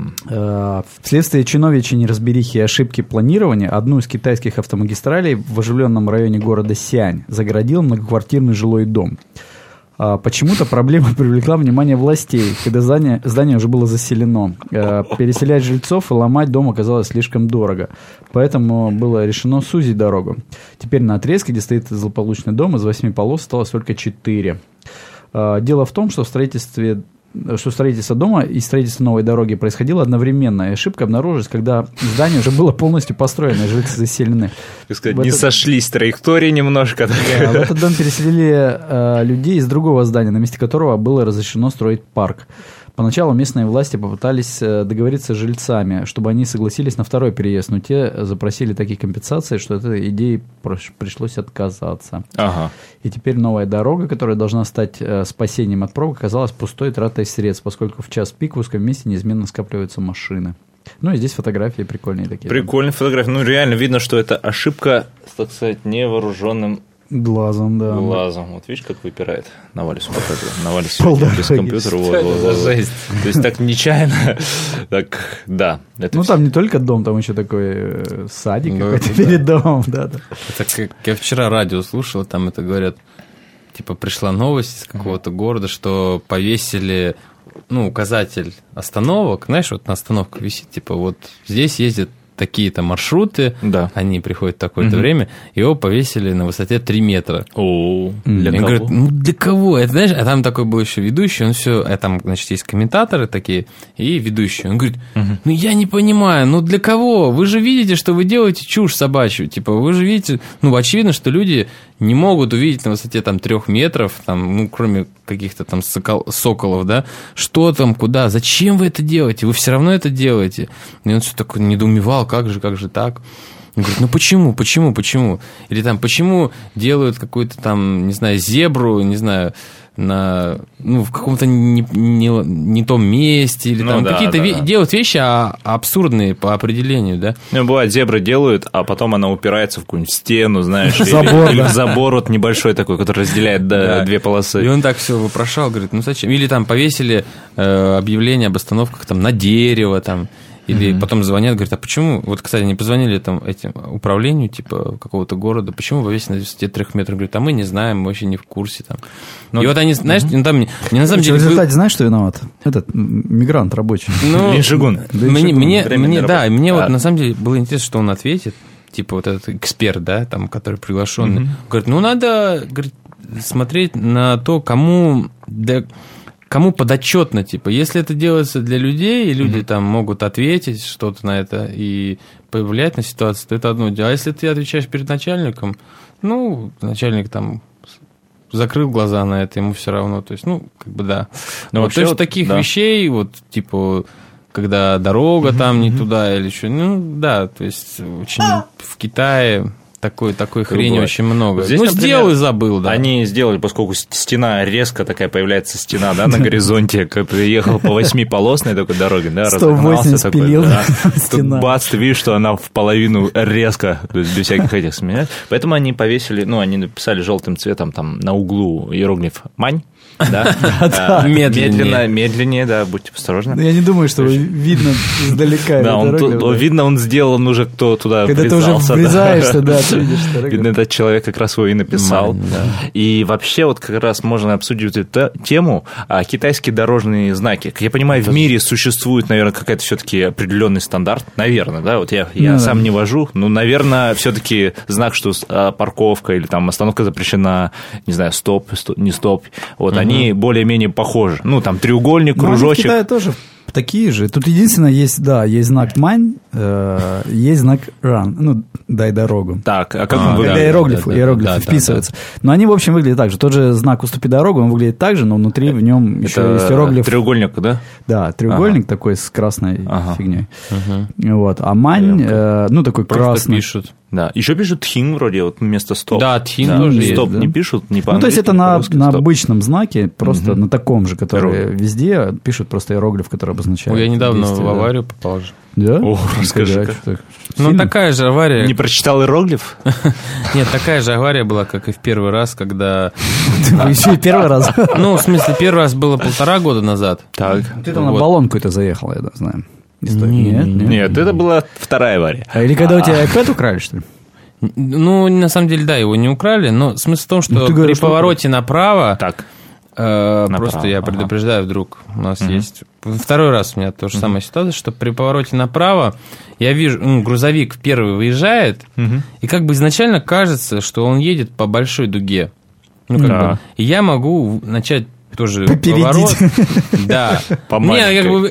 да. Вследствие чиновничьей неразберихи и ошибки планирования одну из китайских автомагистралей в оживленном районе города Сиань загородил многоквартирный жилой дом. Почему-то проблема привлекла внимание властей, когда здание уже было заселено. Переселять жильцов и ломать дом оказалось слишком дорого. Поэтому было решено сузить дорогу. Теперь на отрезке, где стоит злополучный дом, из 8 полос осталось только 4. Дело в том, что строительство дома и строительство новой дороги происходило одновременно. И ошибка обнаружилась, когда здание уже было полностью построено, и жильцы заселены. Так сказать, не сошлись траектории немножко. Да, в этот дом переселили людей из другого здания, на месте которого было разрешено строить парк. Поначалу местные власти попытались договориться с жильцами, чтобы они согласились на второй переезд, но те запросили такие компенсации, что от этой идеи пришлось отказаться. Ага. И теперь новая дорога, которая должна стать спасением от пробок, оказалась пустой тратой средств, поскольку в час пик в узком месте неизменно скапливаются машины. Ну и здесь фотографии прикольные такие. Прикольные фотографии. Ну реально видно, что это ошибка, так сказать, невооруженным глазом, да. Глазом. Вот видишь, как выпирает. Навалис показывает. Навалис без компьютера. Жесть. То есть так нечаянно. Так, да. Ну там не только дом, там еще такой садик какой-то перед домом. Это как я вчера радио слушал, там это говорят, типа пришла новость из какого-то города, что повесили указатель остановок. Знаешь, вот на остановках висит, типа вот здесь ездят такие-то маршруты, они приходят в такое-то время, его повесили на высоте 3 метра. Для кого? Говорят, для кого? Это, знаешь, а там такой был еще ведущий, он все, там, значит, есть комментаторы такие и ведущий. Он говорит, я не понимаю, для кого? Вы же видите, что вы делаете чушь собачью, типа, вы же видите, очевидно, что люди не могут увидеть на высоте 3 метров, кроме каких-то там соколов, да, что там, куда, зачем вы это делаете? Вы все равно это делаете. И он все такой недоумевал, как же так? Он говорит, почему? Или там, почему делают какую-то там, не знаю, зебру, не знаю, в каком-то не том месте, или там какие-то делают вещи абсурдные по определению, да? Бывает, зебры делают, а потом она упирается в какую-нибудь стену, знаешь, или в забор вот небольшой такой, который разделяет две полосы. И он так все вопрошал, говорит, зачем? Или там повесили объявление об остановках там на дерево, там. Или потом звонят, говорят, а почему, вот, кстати, не позвонили там этим управлению, типа, какого-то города, почему вы весите на высоте 3 метров? Говорят, а мы не знаем, мы вообще не в курсе там. И вот они, знаешь, там, не на самом деле... В результате знаешь, что виноват? Этот мигрант рабочий. Беншигун. Мне вот на самом деле было интересно, что он ответит, типа вот этот эксперт, да, там, который приглашенный. Говорит, надо смотреть на то, кому подотчетно, типа, если это делается для людей, и люди там могут ответить что-то на это и повлиять на ситуацию, то это одно дело. А если ты отвечаешь перед начальником, начальник там закрыл глаза на это, ему все равно, то есть, да. Но вообще то есть таких вещей, вот, типа, когда дорога там не туда или что, то есть очень в Китае... Такой хрени очень много. Здесь, например, сделал и забыл, да. Они сделали, поскольку стена резко такая появляется, стена, да, на горизонте, как ты ехал по 8-полосной такой дороге, да, 180 спилил стена. Бац, ты видишь, что она в половину резко, то есть без всяких этих сменяет. Поэтому они повесили, они написали желтым цветом там на углу иероглиф «Мань». Да. Медленнее, да, будьте осторожны. Я не думаю, что видно издалека. Да, видно, он сделал, уже кто туда когда врезался. Когда ты уже врезаешься, да, ты видишь. Видно, этот человек как раз его и написал. И вообще вот как раз можно обсудить эту тему, китайские дорожные знаки. Как я понимаю, в мире существует, наверное, какая-то все-таки определенный стандарт. Наверное, да, вот я сам не вожу, но, наверное, все-таки знак, что парковка или там остановка запрещена, не знаю, стоп, не стоп, вот они более-менее похожи. Ну, там треугольник, кружочек. В Китае тоже такие же. Тут единственное, есть знак «мань», есть знак «ран», ну, «дай дорогу». Так, а как он выглядит? Когда иероглифы вписываются. Но они, в общем, выглядят так же. Тот же знак «уступи дорогу», он выглядит так же, но внутри в нем еще есть иероглиф. Треугольник, да? Да, треугольник такой с красной фигней. Вот. А «мань», ну, такой красный. Пишут. Да, еще пишут «тхин» вроде, вот вместо «стоп». Да, «тхин» тоже есть. «Стоп» не пишут, не по-английски. Ну, то есть это на обычном знаке, просто на таком же, который везде пишут просто иероглиф, который обозначает. Я недавно в аварию попал же. Да? О, расскажи. Ну, такая же авария. Не прочитал иероглиф? Нет, такая же авария была, как и в первый раз, когда... Еще и первый раз? Ну, в смысле, первый раз было 1,5 года назад. Так. Ты там на баллон какой-то заехал, я знаю. Нет, это была вторая авария. Или когда у тебя iPad украли, что ли? Ну, на самом деле, да, его не украли, но смысл в том, что при повороте направо... Так. Просто я предупреждаю, вдруг у нас есть... Второй раз у меня та же самая ситуация, что при повороте направо я вижу, грузовик первый выезжает, и как бы изначально кажется, что он едет по большой дуге. Ну, как бы, и я могу начать тоже поворот. Да. По маленькой.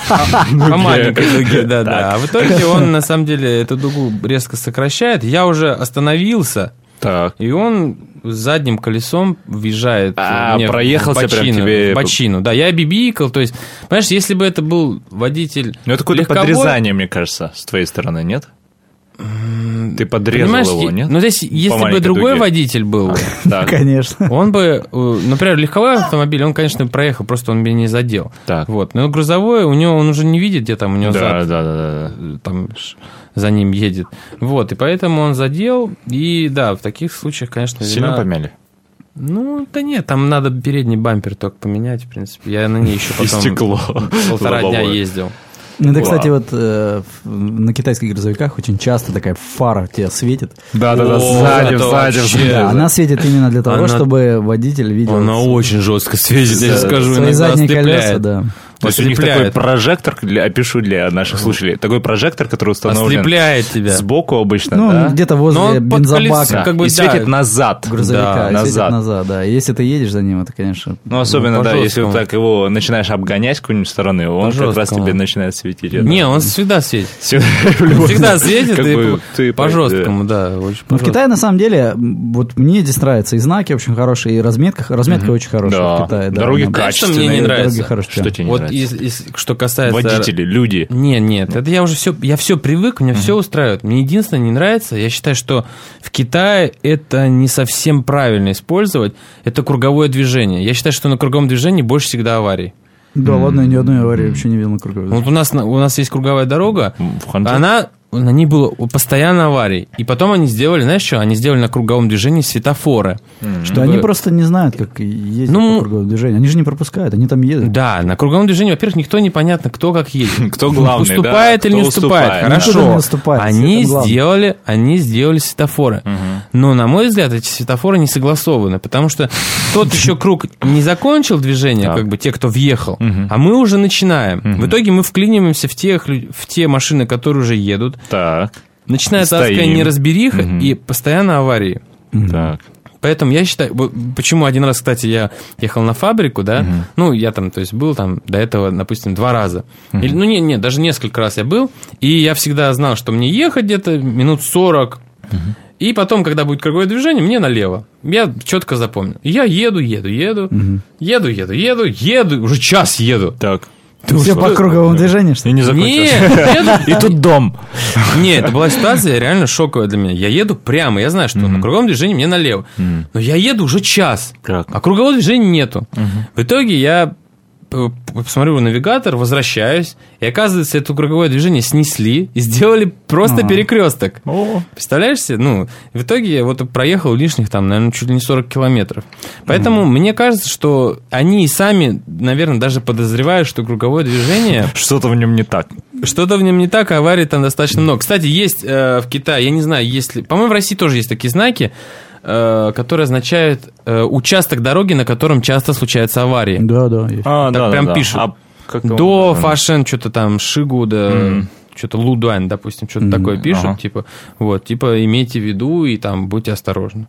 По маленькой дуге, да. А в итоге он, на самом деле, эту дугу резко сокращает. Я уже остановился, и он задним колесом въезжает проехался в бочину, прям тебе... в бочину. Да, я бибикал, то есть, понимаешь, если бы это был водитель... Ну, это какое-то подрезание, мне кажется, с твоей стороны, нет? Ты подрезал его, нет? Ну, здесь, если бы другой водитель был, конечно, он бы, например, легковой автомобиль, он, конечно, проехал, просто он меня не задел. Вот. Но грузовой, у него он уже не видит, где там у него зад, там за ним едет. Вот, и поэтому он задел, и да, в таких случаях, конечно... Сильно помяли? Ну, да нет, там надо передний бампер только поменять, в принципе. Я на ней еще потом... И стекло. 1,5 дня ездил. Ну, это, кстати, вот на китайских грузовиках очень часто такая фара тебя светит. Да, сзади. Да, она светит именно для того, чтобы водитель видел. Она очень жестко светит, я скажу, свои задние колеса, да. То есть у них такой прожектор, опишу для наших слушателей, такой прожектор, который установлен ослепляет тебя сбоку обычно, ну, где-то возле бензобака. Как бы, и светит назад. Грузовика, светит назад, да. Если ты едешь за ним, это, конечно... Ну, особенно, да, если так его начинаешь обгонять с какой-нибудь стороны, он как раз тебе начинает светить. Не, он всегда светит. Всегда светит, и по-жесткому, да. В Китае, на самом деле, вот мне здесь нравятся и знаки очень хорошие, и разметка очень хорошая в Китае. Дороги качественные. Мне не нравится. Что тебе не нравится? Что касается... Водители, люди. Нет, это я все привык, меня все устраивает. Мне единственное не нравится, я считаю, что в Китае это не совсем правильно использовать, это круговое движение. Я считаю, что на круговом движении больше всегда аварий. Да, ладно, я ни одной аварии вообще не видел на круговой дороге. Вот у нас есть круговая дорога, на ней было постоянно аварии. И потом они сделали, знаешь что? Они сделали на круговом движении светофоры. Что они просто не знают, как ездить по круговому движению. Они же не пропускают, они там едут. Да, на круговом движении, во-первых, никто непонятно, кто как едет. Кто главный, уступает или не уступает. Хорошо. Они сделали светофоры. Но, на мой взгляд, эти светофоры не согласованы, потому что тот еще круг не закончил движение, как бы те, кто въехал, а мы уже начинаем. В итоге мы вклиниваемся в те машины, которые уже едут. Так. Начинается адская неразбериха и постоянно аварии. Так. Поэтому я считаю, почему один раз, кстати, я ехал на фабрику, да, ну, я там, то есть, был там до этого, допустим, 2 раза. Или, ну, нет, даже несколько раз я был, и я всегда знал, что мне ехать где-то минут 40, и потом, когда будет круговое движение, мне налево. Я четко запомнил. Я еду, уже час еду. Так. Ты все по круговому движению, что ли? И не закончился. И тут дом. Нет, это была ситуация реально шоковая для меня. Я еду прямо, я знаю, что на круговом движении мне налево. Но я еду уже час, а кругового движения нету. В итоге я посмотрю навигатор, возвращаюсь, и оказывается, это круговое движение снесли и сделали просто перекресток. Представляешь себе? Ну, в итоге я вот проехал лишних там, наверное, чуть ли не 40 километров. Поэтому мне кажется, что они и сами, наверное, даже подозревают, что круговое движение... Что-то в нем не так. Что-то в нем не так, а аварий там достаточно много. Кстати, есть в Китае, я не знаю, есть ли... По-моему, в России тоже есть такие знаки, которые означают участок дороги, на котором часто случаются аварии. Да, есть. Так прям пишут. До Фашен, что-то там, Шигуда, что-то Лудуань, допустим, что-то такое пишут, типа имейте в виду и там будьте осторожны.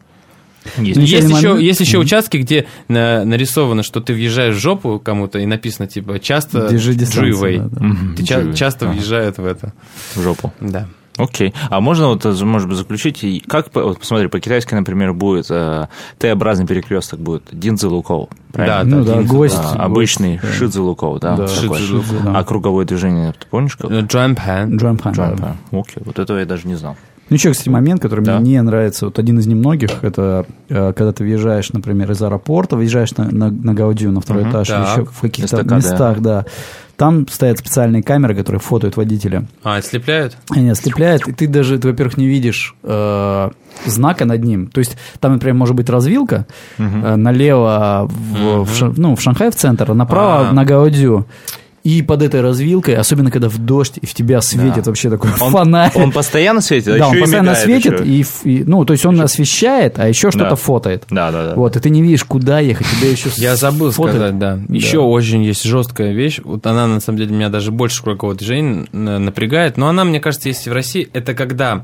Есть еще участки, где нарисовано, что ты въезжаешь в жопу кому-то, и написано, типа, часто Джуйвей. Часто въезжают в это. В жопу. Да. Окей. А можно вот, может быть, заключить, как, вот, посмотри, по-китайски, например, будет Т-образный перекресток будет Динзилукоу, правильно? Да, гость. Обычный Шидзилукоу, да? А круговое движение, ты помнишь как? Джуанпан. Окей, вот этого я даже не знал. Ну, еще, кстати, момент, который мне не нравится, вот один из немногих, это когда ты въезжаешь, например, из аэропорта, въезжаешь на Гаудию, на второй этаж, или еще в каких-то местах, да. Там стоят специальные камеры, которые фотоют водителя. Ослепляют? Они ослепляют, и ты даже, во-первых, не видишь знака над ним. То есть там, например, может быть развилка налево в Шанхай в центр, а направо на Гаудию. И под этой развилкой, особенно когда в дождь, и в тебя светит вообще такой фонарь. Он постоянно светит? Да, он постоянно светит, ну, то есть он освещает, а еще что-то фотоет. Да. Вот, и ты не видишь, куда ехать, тебе еще Я забыл сказать, да. Еще очень есть жесткая вещь, вот она, на самом деле, меня даже больше кругового движения напрягает, но она, мне кажется, есть и в России, это когда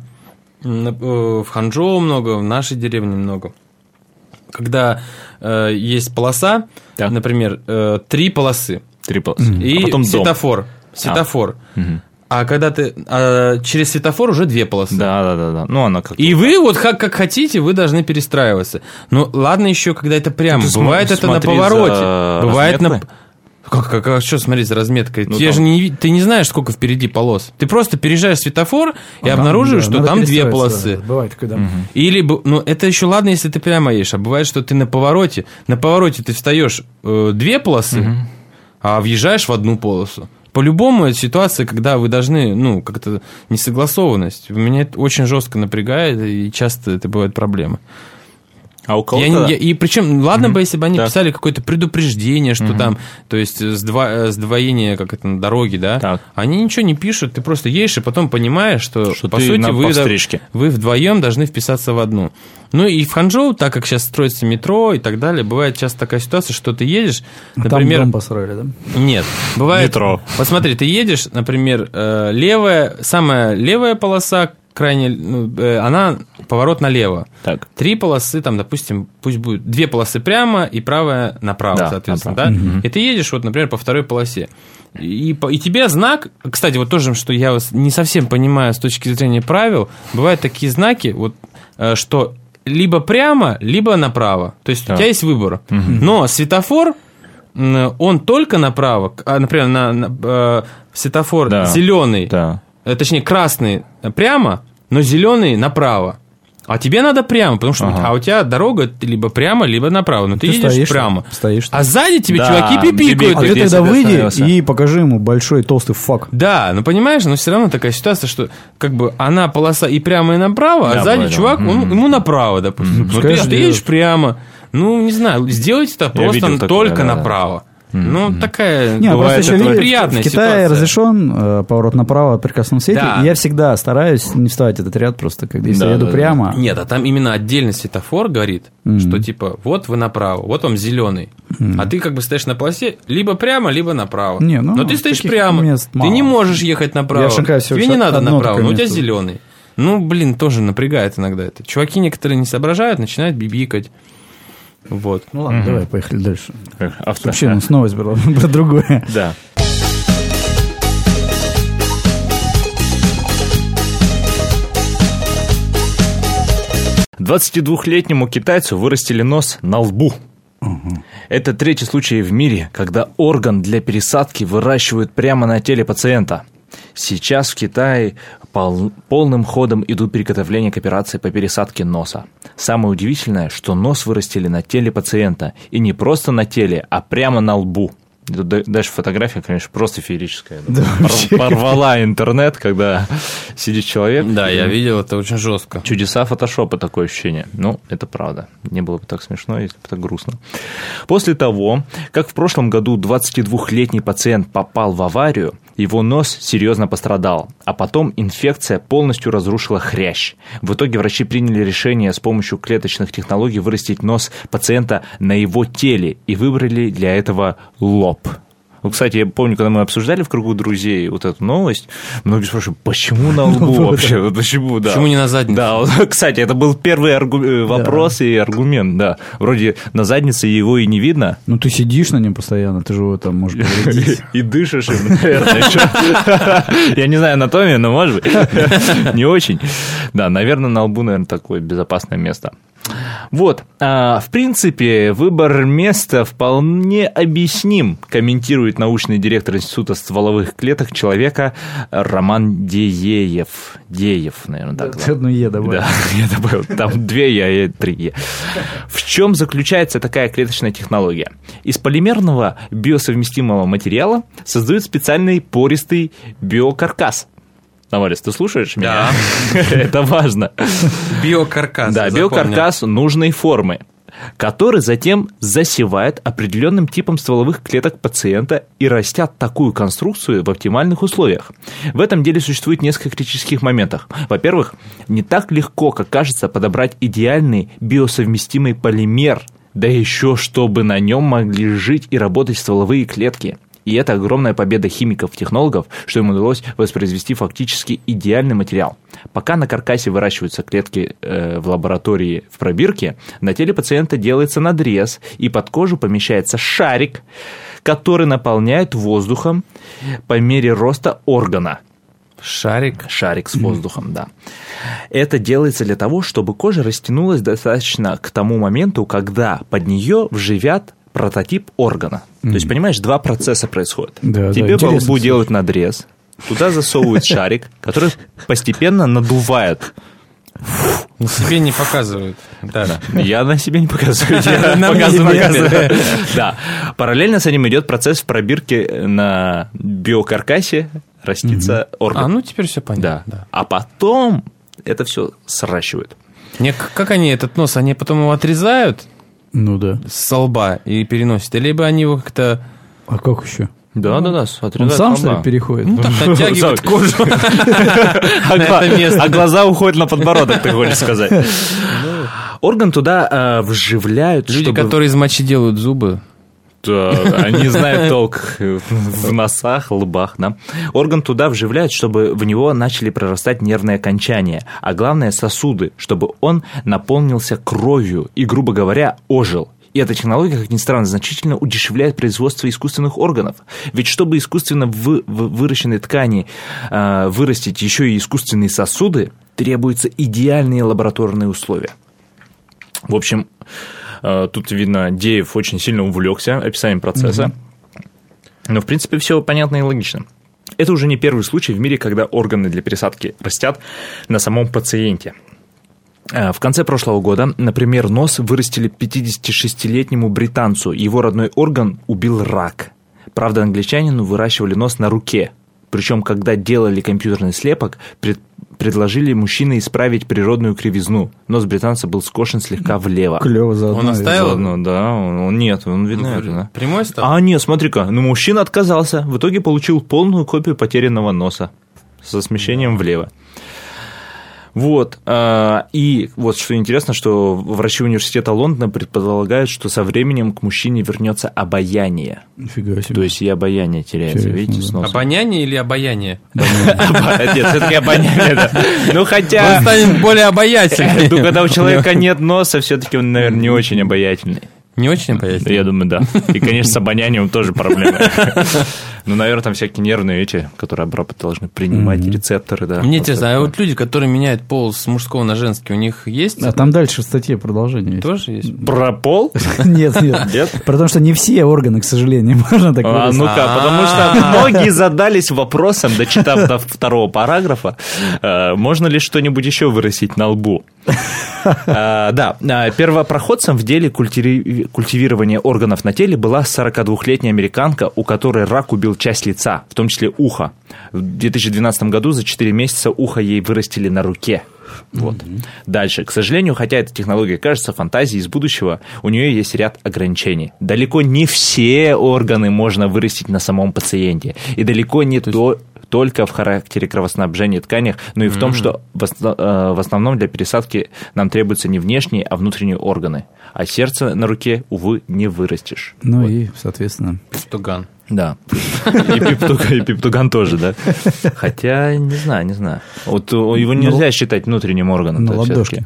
в Ханчжоу много, в нашей деревне много. Когда есть полоса, например, 3 полосы. И потом светофор. А когда ты... через светофор уже 2 полосы. Да. Ну, она как... И вы вот как хотите, вы должны перестраиваться. Ну, ладно еще, когда это прямо. Бывает это на повороте. Бывает на... Как что смотреть за разметкой? Ну, ты не знаешь, сколько впереди полос. Ты просто переезжаешь светофор и обнаруживаешь, что там 2 полосы. Бывает, когда... Или, ну, это еще ладно, если ты прямо едешь. А бывает, что ты на повороте ты встаешь 2 полосы, а въезжаешь в 1 полосу. По-любому это ситуация, когда вы должны, ну, как-то несогласованность. Меня это очень жестко напрягает, и часто это бывает проблема. А у кого-то... И причем, ладно бы, если бы они писали какое-то предупреждение, что там, то есть сдвоение как это на дороге, да, так. Они ничего не пишут, ты просто едешь и потом понимаешь, что по сути вы вдвоем должны вписаться в одну. Ну и в Ханчжоу, так как сейчас строится метро и так далее, бывает часто такая ситуация, что ты едешь, например... Там дом построили, да? Нет, бывает... Метро. Посмотри, ты едешь, например, самая левая полоса, крайне, она поворот налево. Так. 3 полосы, там, допустим, пусть будет 2 полосы прямо и правая направо, соответственно, направо. Да? И ты едешь, вот, например, по 2 полосе. И тебе знак, кстати, вот тоже, что я не совсем понимаю с точки зрения правил, бывают такие знаки, вот, что либо прямо, либо направо. То есть у тебя есть выбор. Но светофор, он только направо, например, светофор зеленый, точнее, красный прямо, но зеленый направо. А тебе надо прямо, потому что у тебя дорога либо прямо, либо направо. Но ты едешь прямо. А сзади тебе чуваки пипикают. А ты тогда выйди и покажи ему большой толстый фак. Да, ну понимаешь, но все равно такая ситуация, что как бы она полоса и прямо, и направо, а сзади чувак, ему направо, допустим. Но ты едешь прямо. Ну, не знаю, сделайте это просто только направо. Ну, такая бывает неприятная ситуация. В Китае разрешен поворот направо при красном свете, и я всегда стараюсь не вставать этот ряд просто, когда если я еду прямо. Нет, а там именно отдельный светофор говорит, что типа вот вы направо, вот вам зеленый, а ты как бы стоишь на полосе либо прямо, либо направо. Но ты стоишь прямо, ты не можешь ехать направо, тебе не надо направо, но у тебя зеленый. Ну, блин, тоже напрягает иногда это. Чуваки некоторые не соображают, начинают бибикать. Вот. Ну ладно, давай, поехали дальше. Вообще, ну, снова было про другое. Да. «22-летнему китайцу вырастили нос на лбу». Это 3-й случай в мире, когда орган для пересадки выращивают прямо на теле пациента. Сейчас в Китае полным ходом идут приготовления к операции по пересадке носа. Самое удивительное, что нос вырастили на теле пациента. И не просто на теле, а прямо на лбу. Дальше фотография, конечно, просто феерическая. Порвала интернет, когда сидит человек. Да, я видел, это очень жестко. Чудеса фотошопа, такое ощущение. Ну, это правда. Не было бы так смешно, если бы так грустно. После того, как в прошлом году 22-летний пациент попал в аварию, его нос серьезно пострадал, а потом инфекция полностью разрушила хрящ. В итоге врачи приняли решение с помощью клеточных технологий вырастить нос пациента на его теле и выбрали для этого лоб. Ну, кстати, я помню, когда мы обсуждали в кругу друзей вот эту новость, многие спрашивают, почему на лбу вообще? Почему, да. Почему не на заднице? Да, кстати, это был первый вопрос и аргумент, да. Вроде на заднице его и не видно. Ну, ты сидишь на нем постоянно, ты же его там можешь повредить. И дышишь им, наверное, еще. Я не знаю анатомию, но может быть. Не очень. Да, наверное, на лбу, наверное, такое безопасное место. Вот, в принципе, выбор места вполне объясним, комментирует научный директор Института стволовых клеток человека Роман Деев. Деев, наверное, так. Одну «е» добавил. Да, я добавил. Там 2 «е» и 3 «е». В чем заключается такая клеточная технология? Из полимерного биосовместимого материала создают специальный пористый биокаркас. Навалис, ты слушаешь меня? Да. Это важно. Биокаркас. Да, биокаркас нужной формы, который затем засевает определенным типом стволовых клеток пациента и растят такую конструкцию в оптимальных условиях. В этом деле существует несколько критических моментов. Во-первых, не так легко, как кажется, подобрать идеальный биосовместимый полимер, да еще чтобы на нем могли жить и работать стволовые клетки. И это огромная победа химиков-технологов, что им удалось воспроизвести фактически идеальный материал. Пока на каркасе выращиваются клетки в лаборатории в пробирке, на теле пациента делается надрез, и под кожу помещается шарик, который наполняет воздухом по мере роста органа. Шарик? Шарик с воздухом, да. Это делается для того, чтобы кожа растянулась достаточно к тому моменту, когда под нее вживят прототип органа. То есть, понимаешь, 2 процесса происходят. Да, тебе по лбу делают надрез, туда засовывают шарик, который постепенно надувает. На себе не показывают. Да. Я на себе не показываю. Я показываю. Да. Параллельно с этим идет процесс в пробирке на биокаркасе, растится орган. А, ну теперь все понятно. Да. А потом это все сращивают. Как они этот нос, они потом его отрезают? Ну да. С лба и переносят. Либо они его как-то... А как еще? Да. Он сам, что ли, переходит? Ну, так оттягивает кожу. А глаза уходят на подбородок, ты хочешь сказать. Орган туда вживляют, люди, которые из мочи делают зубы. Да, они знают толк в носах, лбах, да. Орган туда вживляют, чтобы в него начали прорастать нервные окончания, а главное сосуды, чтобы он наполнился кровью и, грубо говоря, ожил. И эта технология, как ни странно, значительно удешевляет производство искусственных органов. Ведь чтобы искусственно в выращенной ткани вырастить еще и искусственные сосуды, требуются идеальные лабораторные условия. В общем, тут, видно, Деев очень сильно увлекся описанием процесса. Но, в принципе, все понятно и логично. Это уже не первый случай в мире, когда органы для пересадки растят на самом пациенте. В конце прошлого года, например, нос вырастили 56-летнему британцу. Его родной орган убил рак. Правда, англичанину выращивали нос на руке. Причем, когда делали компьютерный слепок, предложили мужчине исправить природную кривизну. Нос британца был скошен слегка влево. Клево заодно. Он оставил? Заодно, да. Нет, он видно это, да. Прямой стал? А, нет, смотри-ка, мужчина отказался. В итоге получил полную копию потерянного носа со смещением влево. Вот. И вот что интересно, что врачи университета Лондона предполагают, что со временем к мужчине вернется обаяние. Нифига себе. То есть и обаяние теряется, видите, с носом. Обоняние или обаяние? Нет, все-таки обоняние, да. Ну, хотя... Он станет более обаятельным. Ну, когда у человека нет носа, все-таки он, наверное, не очень обаятельный. Не очень обаятельный? Я думаю, да. И, конечно, с обонянием тоже проблема. Ну, наверное, там всякие нервные эти, которые обработать должны принимать, рецепторы, да. Мне интересно, а вот люди, которые меняют пол с мужского на женский, у них есть? А там дальше в статье продолжение есть. Тоже есть? Про пол? Нет. Потому что не все органы, к сожалению, можно так говорить. Ну-ка, потому что многие задались вопросом, дочитав до 2 параграфа, можно ли что-нибудь еще вырастить на лбу? Да, первопроходцем в деле культивирования органов на теле была 42-летняя американка, у которой рак убил часть лица, в том числе ухо. В 2012 году за 4 месяца ухо ей вырастили на руке. Вот. Дальше. К сожалению, хотя эта технология кажется фантазией из будущего, у нее есть ряд ограничений. Далеко не все органы можно вырастить на самом пациенте. И далеко не только в характере кровоснабжения тканях, но и в том, что в основном для пересадки нам требуются не внешние, а внутренние органы. А сердце на руке, увы, не вырастешь. Ну вот. И, соответственно... Пептуган. Да. И пептуган тоже, да. Хотя, не знаю. Вот его нельзя считать внутренним органом. На ладошке.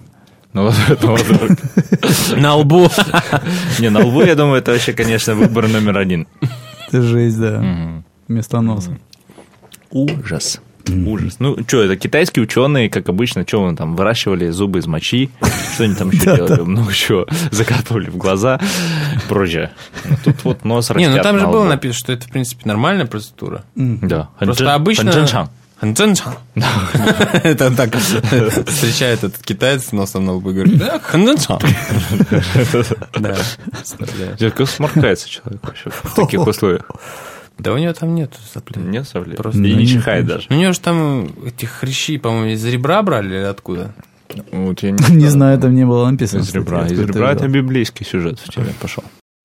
На лбу. Не, на лбу, я думаю, это вообще, конечно, выбор номер 1. Это жесть, да. Вместо носа. Ужас. Ужас. Ну, что, это китайские ученые, как обычно, что они там выращивали зубы из мочи, что они там еще делали, много чего закатывали в глаза, прочее. Тут вот нос растят. Не, ну там же было написано, что это, в принципе, нормальная процедура. Да. Просто обычно... Ханчжэнчан. Это так встречает этот китаец с носом на лбу и говорит, да, Ханчжэнчан. Да. Как сморкается человек вообще в таких условиях. Да у него там нет соплей. Нет соплей? Просто и не чихает даже. У него же там этих хрящи, по-моему, из ребра брали или откуда? Вот не знаю, там не было написано. Из ребра. Из ребра это библейский сюжет в тебе пошел.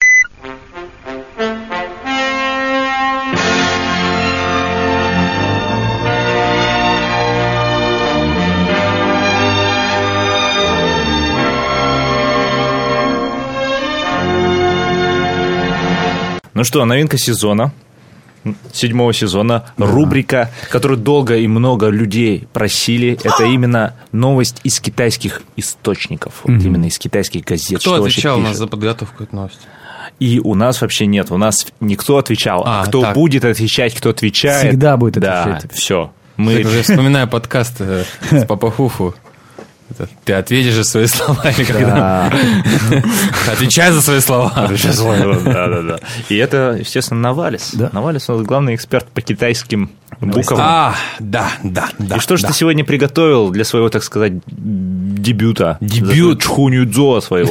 Ну что, новинка сезона, 7-го сезона, рубрика, которую долго и много людей просили, это именно новость из китайских источников, вот именно из китайских газет. Кто отвечал у нас за подготовку этой новости? И у нас вообще нет, у нас никто отвечал. Кто так будет отвечать, кто отвечает. Всегда будет отвечать. Да, все. Мы уже вспоминаю подкаст с Папа Хуфу. Ты ответишь же свои слова или когда? Отвечай за свои слова. Да. И это, естественно, Навалис. Навалис, он главный эксперт по китайским буквам. Да. И что же ты сегодня приготовил для своего, так сказать, дебюта? Дебют Чхунюдзо своего.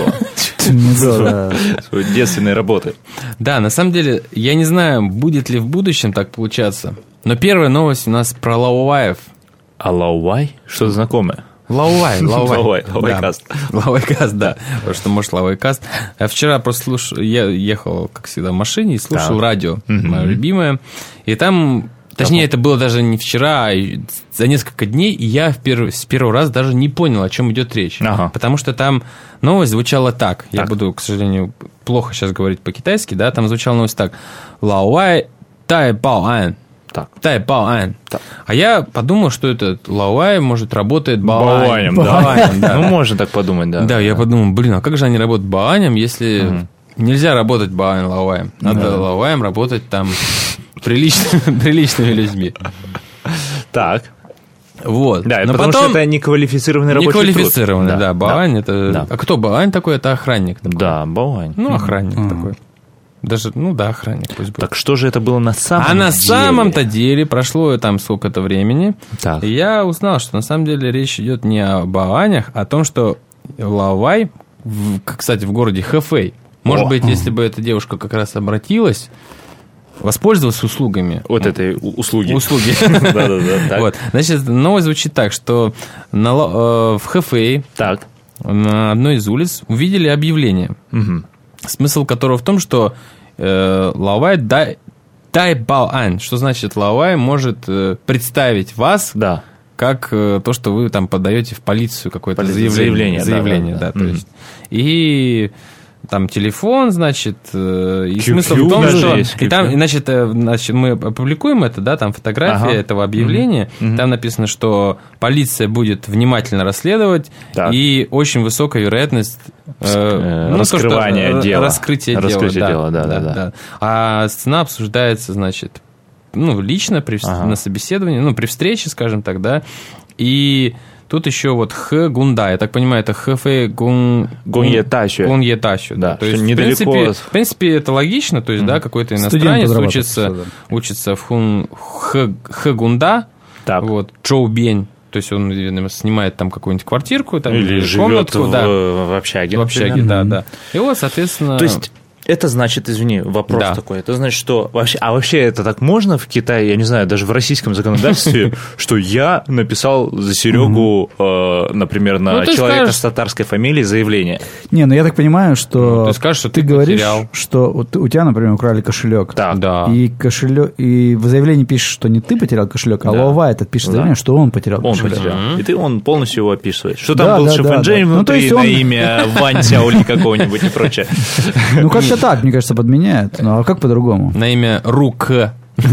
Своей детственной работы. Да, на самом деле, я не знаю, будет ли в будущем так получаться, но первая новость у нас про Лаоваев. А Лаовай? Что-то знакомое? Лаовайкаст, да. Потому что, может, Лаовайкаст. Я вчера просто я ехал, как всегда, в машине и слушал радио, мое любимое. И там, точнее, это было даже не вчера, а за несколько дней, и я с первого раза даже не понял, о чем идет речь. Потому что там новость звучала так. Я буду, к сожалению, плохо сейчас говорить по-китайски, да, там звучала новость так. Лаовай тай бао ан. Тай баоан. А я подумал, что этот Лаовай, может, работает баоанем. Да. Ну, можно так подумать, да. Да, я подумал, а как же они работают баоанем, если нельзя работать баоан Лаоваем? Надо Лаоваем работать там приличными людьми. Так. Вот. Да, потому что это неквалифицированный рабочий труд. Неквалифицированный, да. Баоань это... А кто баоань такой? Это охранник. Да, баоань. Ну, охранник такой. Даже, охранник пусть будет. Так что же это было на самом деле? А на самом-то деле прошло там сколько-то времени, и я узнал, что на самом деле речь идет не о баоанях, а о том, что Лаовай, кстати, в городе Хэфэй, может быть, если бы эта девушка как раз обратилась, воспользовалась услугами. Вот этой услуги. Да. Вот. Значит, новость звучит так, что в Хэфэй на одной из улиц увидели объявление, смысл которого в том, что Лаовай дай баоан, что значит Лаовай может представить вас как то, что вы там подаете в полицию какое-то заявление. Да, то есть. И там телефон, значит, и смысл в том, что... И там, значит, мы опубликуем это, да, там фотография этого объявления, там написано, что полиция будет внимательно расследовать, и очень высокая вероятность раскрытия дела. Раскрытие дела, да. А цена обсуждается, значит, лично на собеседовании, при встрече, скажем так, да, и тут еще вот Гунда, я так понимаю, это Хэфэй Гуньетащу. Да, то есть, недалеко. В принципе, это логично, то есть, да, какой-то иностранец учится в Гунда, вот, Чжоубень. То есть он, видимо, снимает там какую-нибудь квартирку, там, или живет в общаге. В общаге, да. И вот, соответственно... То есть это значит, извини, вопрос такой, это значит, что вообще это так можно в Китае, я не знаю, даже в российском законодательстве, что я написал за Серегу, например, на человека с татарской фамилией заявление? Не, я так понимаю, что ты скажешь, что ты говоришь, что у тебя, например, украли кошелек. Да. И в заявлении пишешь, что не ты потерял кошелек, а Лава этот пишет заявление, что он потерял кошелек. И он полностью его описывает. Что там был Шифэнджэнь внутри на имя Вань Сяоли какого-нибудь и прочее. Ну, как-то так, мне кажется, подменяют. Ну, а как по-другому? На имя Рукуня,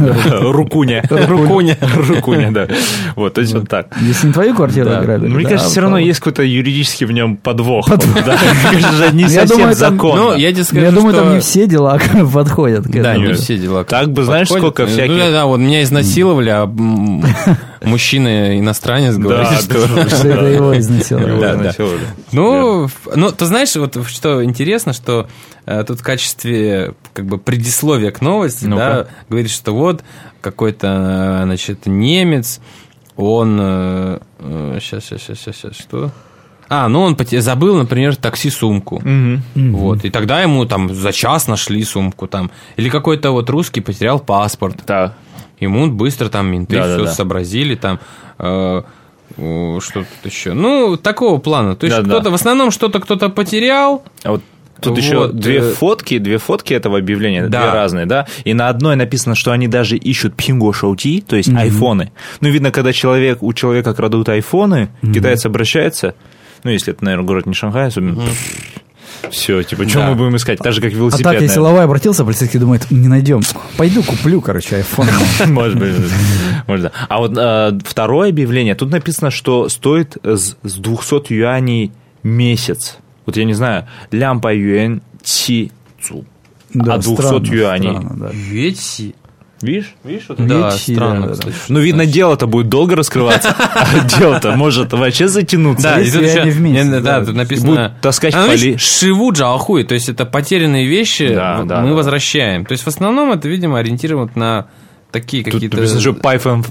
да. Вот, то есть вот так. Если не твою квартиру играли. Мне кажется, все равно есть какой-то юридический в нем подвох. Кажется, не совсем законно. Я думаю, там не все дела подходят. Да, не все дела. Так бы, знаешь, сколько всяких... Да, вот меня изнасиловали, а мужчина-иностранец говорит, что... Это его изнасиловали. Ну, ты знаешь, вот что интересно, что тут в качестве как бы предисловия к новости, да, говорит, что вот какой-то, значит, немец, он... Сейчас, что... он забыл, например, такси-сумку. Вот, и тогда ему там за час нашли сумку там. Или какой-то вот русский потерял паспорт. Да. Ему быстро там менты все сообразили, там... что-то еще. Ну, такого плана. То есть кто-то, в основном кто-то потерял. А вот тут еще две фотки этого объявления, две разные, да, и на одной написано, что они даже ищут Пинго Шоути, то есть айфоны. Ну, видно, когда у человека крадут айфоны, китаец обращается, если это, наверное, город не Шанхай, особенно... Все, что мы будем искать? Так же, как велосипед. А так, если Лавай обратился, полицейский думает, не найдем. Пойду куплю, айфон. Может быть. А вот второе объявление, тут написано, что стоит с 200 юаней месяц. Вот я не знаю, лямпа юань чи цу. А 200 юаней. Ветси. Видишь? Вот это? Да, странно, кстати. Ну, видно, дело-то будет долго раскрываться, а дело-то может вообще затянуться. Да, если они вместе. Да, тут написано... Таскать в поли. Шиву джаохуй, то есть это потерянные вещи мы возвращаем. То есть в основном это, видимо, ориентировано на такие какие-то... Тут же Python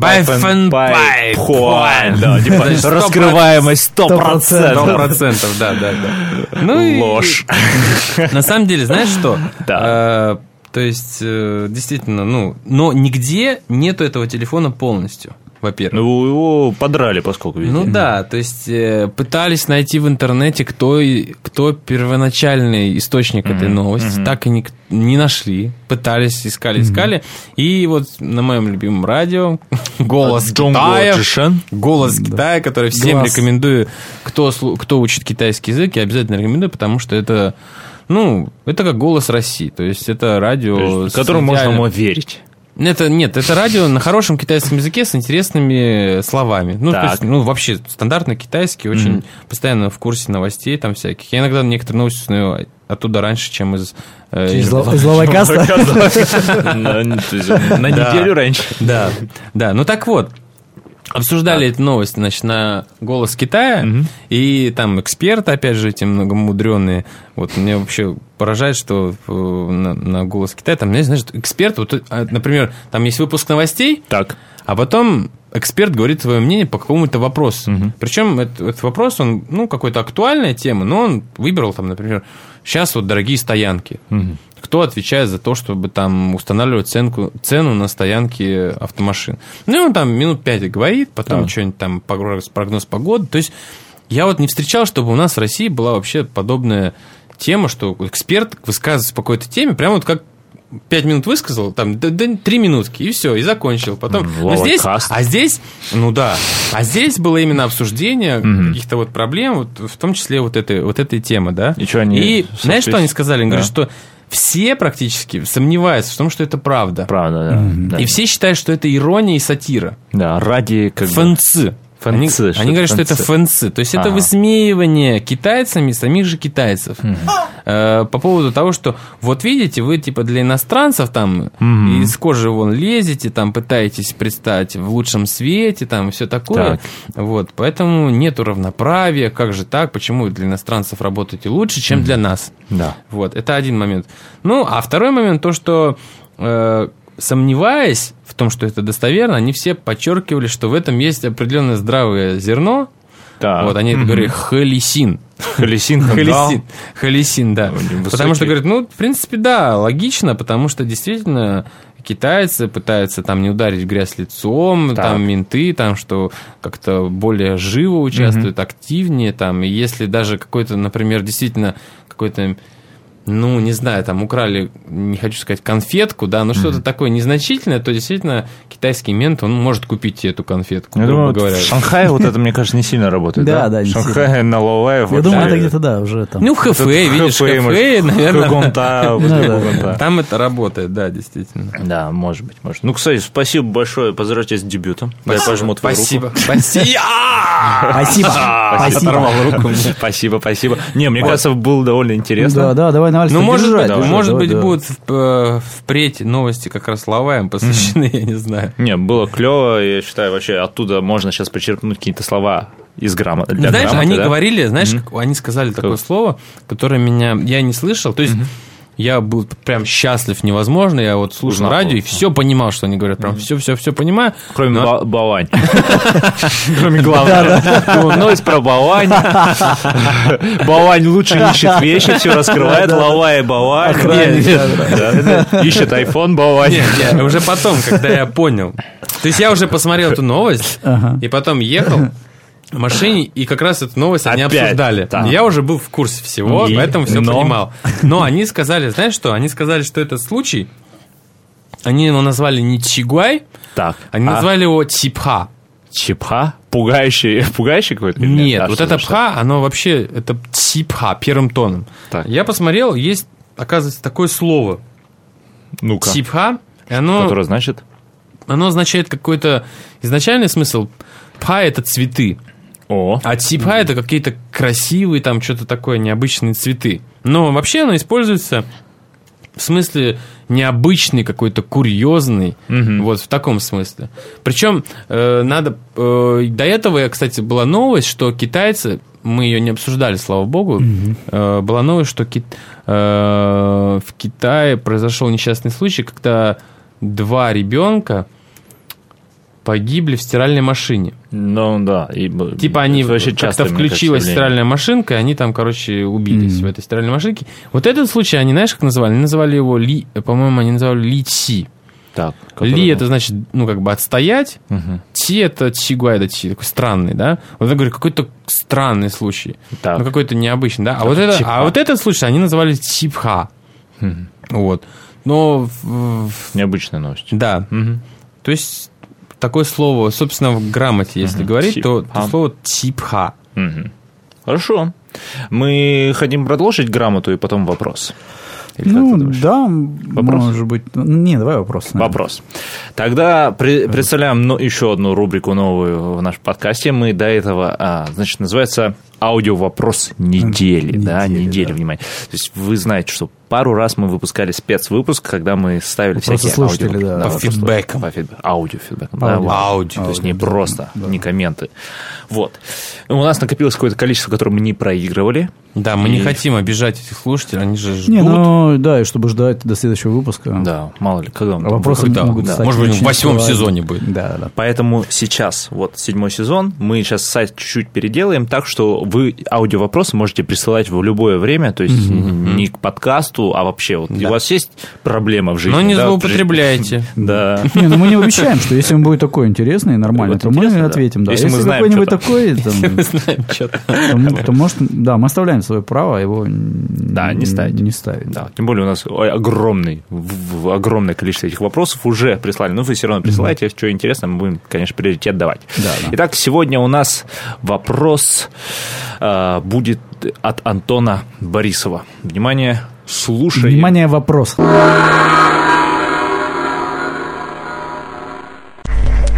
раскрываемость 100%. 100%, да. Ложь. На самом деле, знаешь что? Да. То есть, действительно, но нигде нету этого телефона полностью, во-первых. Ну, его подрали, поскольку везде. Ну да, то есть, пытались найти в интернете, кто первоначальный источник этой новости, так и не нашли. Пытались, искали. И вот на моем любимом радио «Голос Китая», который всем рекомендую, кто учит китайский язык, я обязательно рекомендую, потому что это... это как «Голос России», то есть это радио... Которому можно верить. Это радио на хорошем китайском языке с интересными словами. То есть, вообще стандартно китайский, очень постоянно в курсе новостей там всяких. Я иногда некоторые новости узнаю оттуда раньше, чем из Лавайкаста? На неделю раньше. Да. Ну так вот. Обсуждали эту новость, значит, на «Голос Китая», и там эксперты, опять же, эти многомудренные. Вот меня вообще поражает, что на «Голос Китая», там, знаешь, эксперт, вот, например, там есть выпуск новостей, а потом эксперт говорит свое мнение по какому-то вопросу. Причем этот вопрос, он, какой-то актуальная тема, но он выбрал, там, например, сейчас вот дорогие стоянки. Кто отвечает за то, чтобы там устанавливать цену на стоянки автомашин. И он там минут 5 говорит, потом что-нибудь там прогноз погоды. То есть я вот не встречал, чтобы у нас в России была вообще подобная тема, что эксперт высказывается по какой-то теме, прямо вот как 5 минут высказал, там 3 минутки, и все, и закончил. Потом, здесь было именно обсуждение каких-то вот проблем, вот, в том числе вот этой темы, да. И знаешь, что они сказали? Они говорят, что все практически сомневаются в том, что это правда. Правда, да. И все считают, что это ирония и сатира. Да, ради... Фэнцзы. Фэнцы. Они говорят, что это фэнцы. То есть это высмеивание китайцами самих же китайцев. По поводу того, что вот видите, вы типа для иностранцев там из кожи вон лезете, там пытаетесь предстать в лучшем свете, там все такое. Вот, поэтому нету равноправия. Как же так? Почему вы для иностранцев работаете лучше, чем для нас? Да. Вот, это один момент. Ну, а второй момент, то, что сомневаясь в том, что это достоверно, они все подчеркивали, что в этом есть определенное здравое зерно. Так. Вот, они говорят холесин. Холесин, да. Потому что, говорят, ну, в принципе, да, логично, потому что действительно китайцы пытаются там не ударить в грязь лицом, там менты, там, что как-то более живо участвуют, активнее, там, и если даже какой-то, например, действительно какой-то, ну, не знаю, там украли, не хочу сказать, конфетку, да, но что-то такое незначительное, то действительно китайский мент, он может купить эту конфетку, грубо говоря. В Шанхае вот это, мне кажется, не сильно работает, да? Да, не сильно. Шанхае на Лаовае. Я думаю, это где-то, да, уже там. Ну, в Хэфэй, видишь, Хэфэй, наверное. Там это работает, да, действительно. Да, может быть. Ну, кстати, спасибо большое, поздравляю тебя с дебютом. Я пожму твою руку. Спасибо. Оторвал руку. Спасибо. Не, мне кажется, было довольно интересно. Да, давай, ну, может быть, будут впредь новости как раз Лаоваем посвящены, я не знаю. Не, было клево, я считаю, вообще оттуда можно сейчас почерпнуть какие-то слова из грамоты. Знаешь, они говорили, знаешь, они сказали такое слово, которое я не слышал, то есть я был прям счастлив невозможно, я вот слушал радио и все понимал, что они говорят, прям все понимаю. Кроме Баовань. Кроме главного. Новость про Баовань. Баовань лучше ищет вещи, все раскрывает, Лаовай Баовань. Ищет iPhone Баовань. Нет, уже потом, когда я понял. То есть я уже посмотрел эту новость, и потом ехал в машине, и как раз эту новость они обсуждали. Я уже был в курсе всего, поэтому все понимал. Но они сказали, знаешь что? Они сказали, что этот случай, они его назвали не Чигуай, они назвали его Чипха. Чипха? Пугающий какой-то? Нет, вот это пха, оно вообще, это Чипха, первым тоном. Я посмотрел, есть, оказывается, такое слово. Ну-ка. Чипха. Которое значит? Оно означает какой-то изначальный смысл. Пха – это цветы. А ципха – это какие-то красивые, там что-то такое, необычные цветы. Но вообще оно используется в смысле необычный, какой-то курьезный, вот в таком смысле. Причем до этого, кстати, была новость, что китайцы, мы ее не обсуждали, слава богу, была новость, что в Китае произошел несчастный случай, когда 2 ребенка погибли в стиральной машине. Ну, да. Типа они как-то включилась стиральная машинка, и они там, короче, убились в этой стиральной машинке. Вот этот случай они, знаешь, как называли? Они называли его по-моему, они называли Ли Чи. Ли это значит, ну, как бы отстоять. Чи это Чигуай, это Чи, такой странный, да? Вот я говорю, какой-то странный случай. Ну, какой-то необычный, да? А вот этот случай они называли Чипха. Вот. Но... Необычная новость. Да. То есть... Такое слово, собственно, в грамоте, если говорить, то слово «ципха». Хорошо. Мы хотим продолжить грамоту и потом вопрос. Да, вопрос? Может быть. Не, давай вопрос. Вопрос. Тогда представляем еще одну рубрику новую в нашем подкасте. Мы до этого, значит, называется «Аудиовопрос недели». Недели, внимание. То есть вы знаете, что пару раз мы выпускали спецвыпуск, когда мы ставили всякие слушатели, по фидбэкам. Аудиофидбэкам. Аудио. То есть не просто, не комменты. Вот. У нас накопилось какое-то количество, которое мы не проигрывали. Да, мы не хотим обижать этих слушателей, они же ждут. Не, ну, да, и чтобы ждать до следующего выпуска. Да, мало ли, когда он вопросы могут стать. Может быть, в 8-м сезоне будет. Да. Поэтому сейчас, вот 7-й сезон, мы сейчас сайт чуть-чуть переделаем так, что вы аудиовопросы можете присылать в любое время, то есть не к подкасту, а вообще вот у вас есть проблема в жизни. Но не злоупотребляйте. Да. Не, ну мы не обещаем, что если он будет такой интересный, нормальный, то мы ответим. Если мы знаем какой-нибудь такой, то может, да, мы оставляем свое право его не ставить. Да, тем более у нас огромное количество этих вопросов уже прислали. Но вы все равно присылайте, что интересно, мы будем, конечно, приоритет давать. Итак, сегодня у нас вопрос будет от Антона Борисова. Внимание, слушаем. Внимание, вопрос. Здравствуйте.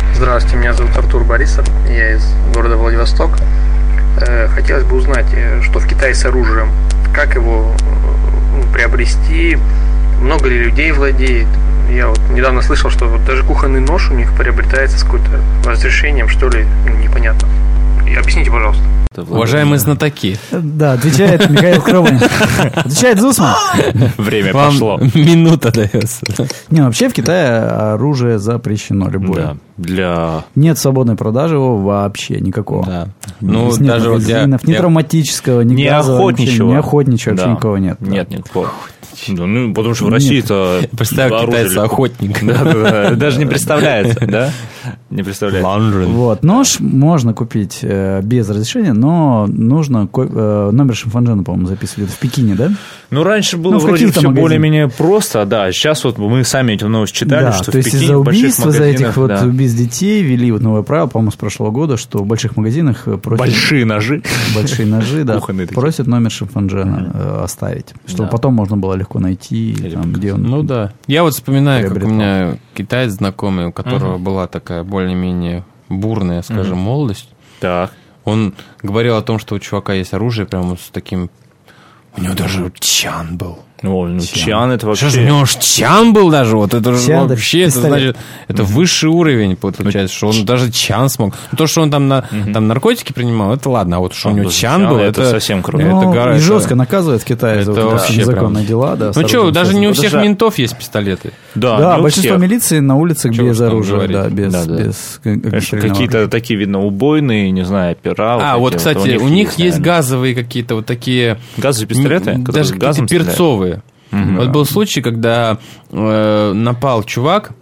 Здравствуйте, меня зовут Артур Борисов, я из города Владивосток. Хотелось бы узнать, что в Китае с оружием, как его приобрести, много ли людей владеет. Я вот недавно слышал, что вот даже кухонный нож у них приобретается с каким-то разрешением, что ли, непонятно. Объясните, пожалуйста. Уважаемые знатоки. Да, отвечает Михаил Кровин. Отвечает Зусман. Время пошло. Минута дается. Не, вообще в Китае оружие запрещено любое. Да. Нет свободной продажи его вообще никакого. Да. Ну, даже магазинов, ни травматического, ни газового, ни охотничьего, вообще никого нет. Нет никакого. Ну, потому что в России-то... Представь, китайца охотник. Даже не представляется, да? Не представляется. Вот, нож можно купить без разрешения, но нужно номер шимпанжена, по-моему, записывать. В Пекине, да? Ну, раньше было вроде все более-менее просто, да. Сейчас вот мы сами эти новости читали, что в Пекине... то есть из-за убийств, за этих вот убийств детей ввели вот новое правило, по-моему, с прошлого года, что в больших магазинах просят... Большие ножи, да. Просят номер шимпанжена оставить, чтобы потом можно было легко найти, где он... Ну да. Я вот вспоминаю, как у меня китаец знакомый, у которого была такая более-менее бурная, скажем, молодость. Так. Он говорил о том, что у чувака есть оружие, прямо с таким... У него даже чан был. О, ну чан это вообще... Что же, у него чан был даже, вот это же вообще, это значит, это высший уровень, получается, что он даже чан смог. То, что он там наркотики принимал, это ладно, а вот что у него чан был, это совсем круто. И жестко наказывает в Китае за незаконные дела. Ну что, даже не у всех ментов есть пистолеты. Да, большинство милиции на улицах без оружия, да, без какие-то такие, видно, убойные, не знаю, пера. А, вот, кстати, у них есть газовые какие-то вот такие... Газовые пистолеты? Даже какие-то перцовые. Вот был случай, когда напал чувак,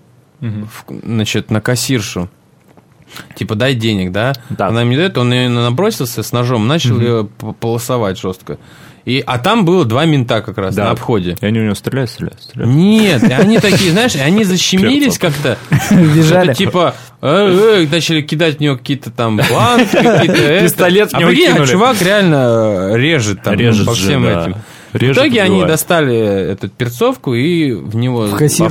значит, на кассиршу. Типа, дай денег, да? Она им не дает, он ее набросился с ножом, начал ее полосовать жестко. А там было 2 мента как раз на обходе. И они у него стреляют. Нет, и они такие, знаешь, они защемились как-то. Бежали. Типа, начали кидать в него какие-то там бланки, какие-то... Пистолет в него кинули. А чувак реально режет там по всем этим. В итоге они достали эту перцовку и в него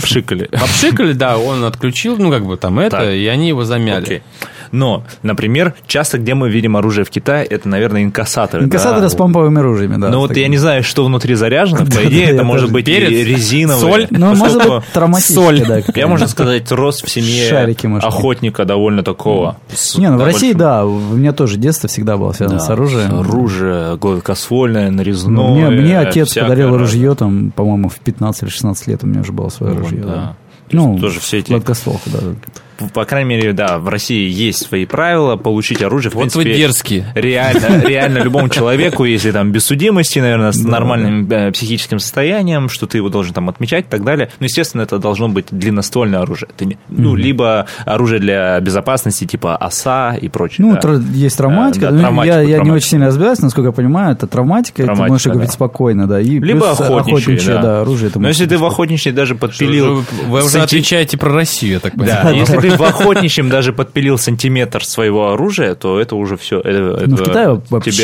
обшикали, да, он отключил, ну, как бы там это, и они его замяли. Но, например, часто, где мы видим оружие в Китае, это, наверное, инкассаторы. Инкассаторы с помповыми ружьями, да. Ну, вот я не знаю, что внутри заряжено. По идее, это может быть резиновый. Соль. Ну, может быть, травматический, да. Я, можно сказать, рос в семье охотника довольно такого. Не, ну, в России, да, у меня тоже детство всегда было связано с оружием. Оружие гладкоствольное, нарезное. Мне отец подарил ружье, там, по-моему, в 15 или 16 лет у меня уже было свое ружье. Ну, тоже все эти... гладкостволку, да. По крайней мере, да, в России есть свои правила получить оружие. В принципе, вы дерзкие. Реально любому человеку, если там без судимости, наверное, с нормальным психическим состоянием, что ты его должен там отмечать и так далее. Ну, естественно, это должно быть длинноствольное оружие. Ну, либо оружие для безопасности, типа ОСА и прочее. Ну, есть травматика. Я не очень сильно разбираюсь, насколько я понимаю, это травматика, ты можешь купить спокойно, да. И либо охотничье, да, оружие. Но если ты в охотничье даже подпилил... Вы уже отвечаете про Россию, я так понимаю. Да, если ты в охотничьем даже подпилил сантиметр своего оружия, то это уже все. Ну, в Китае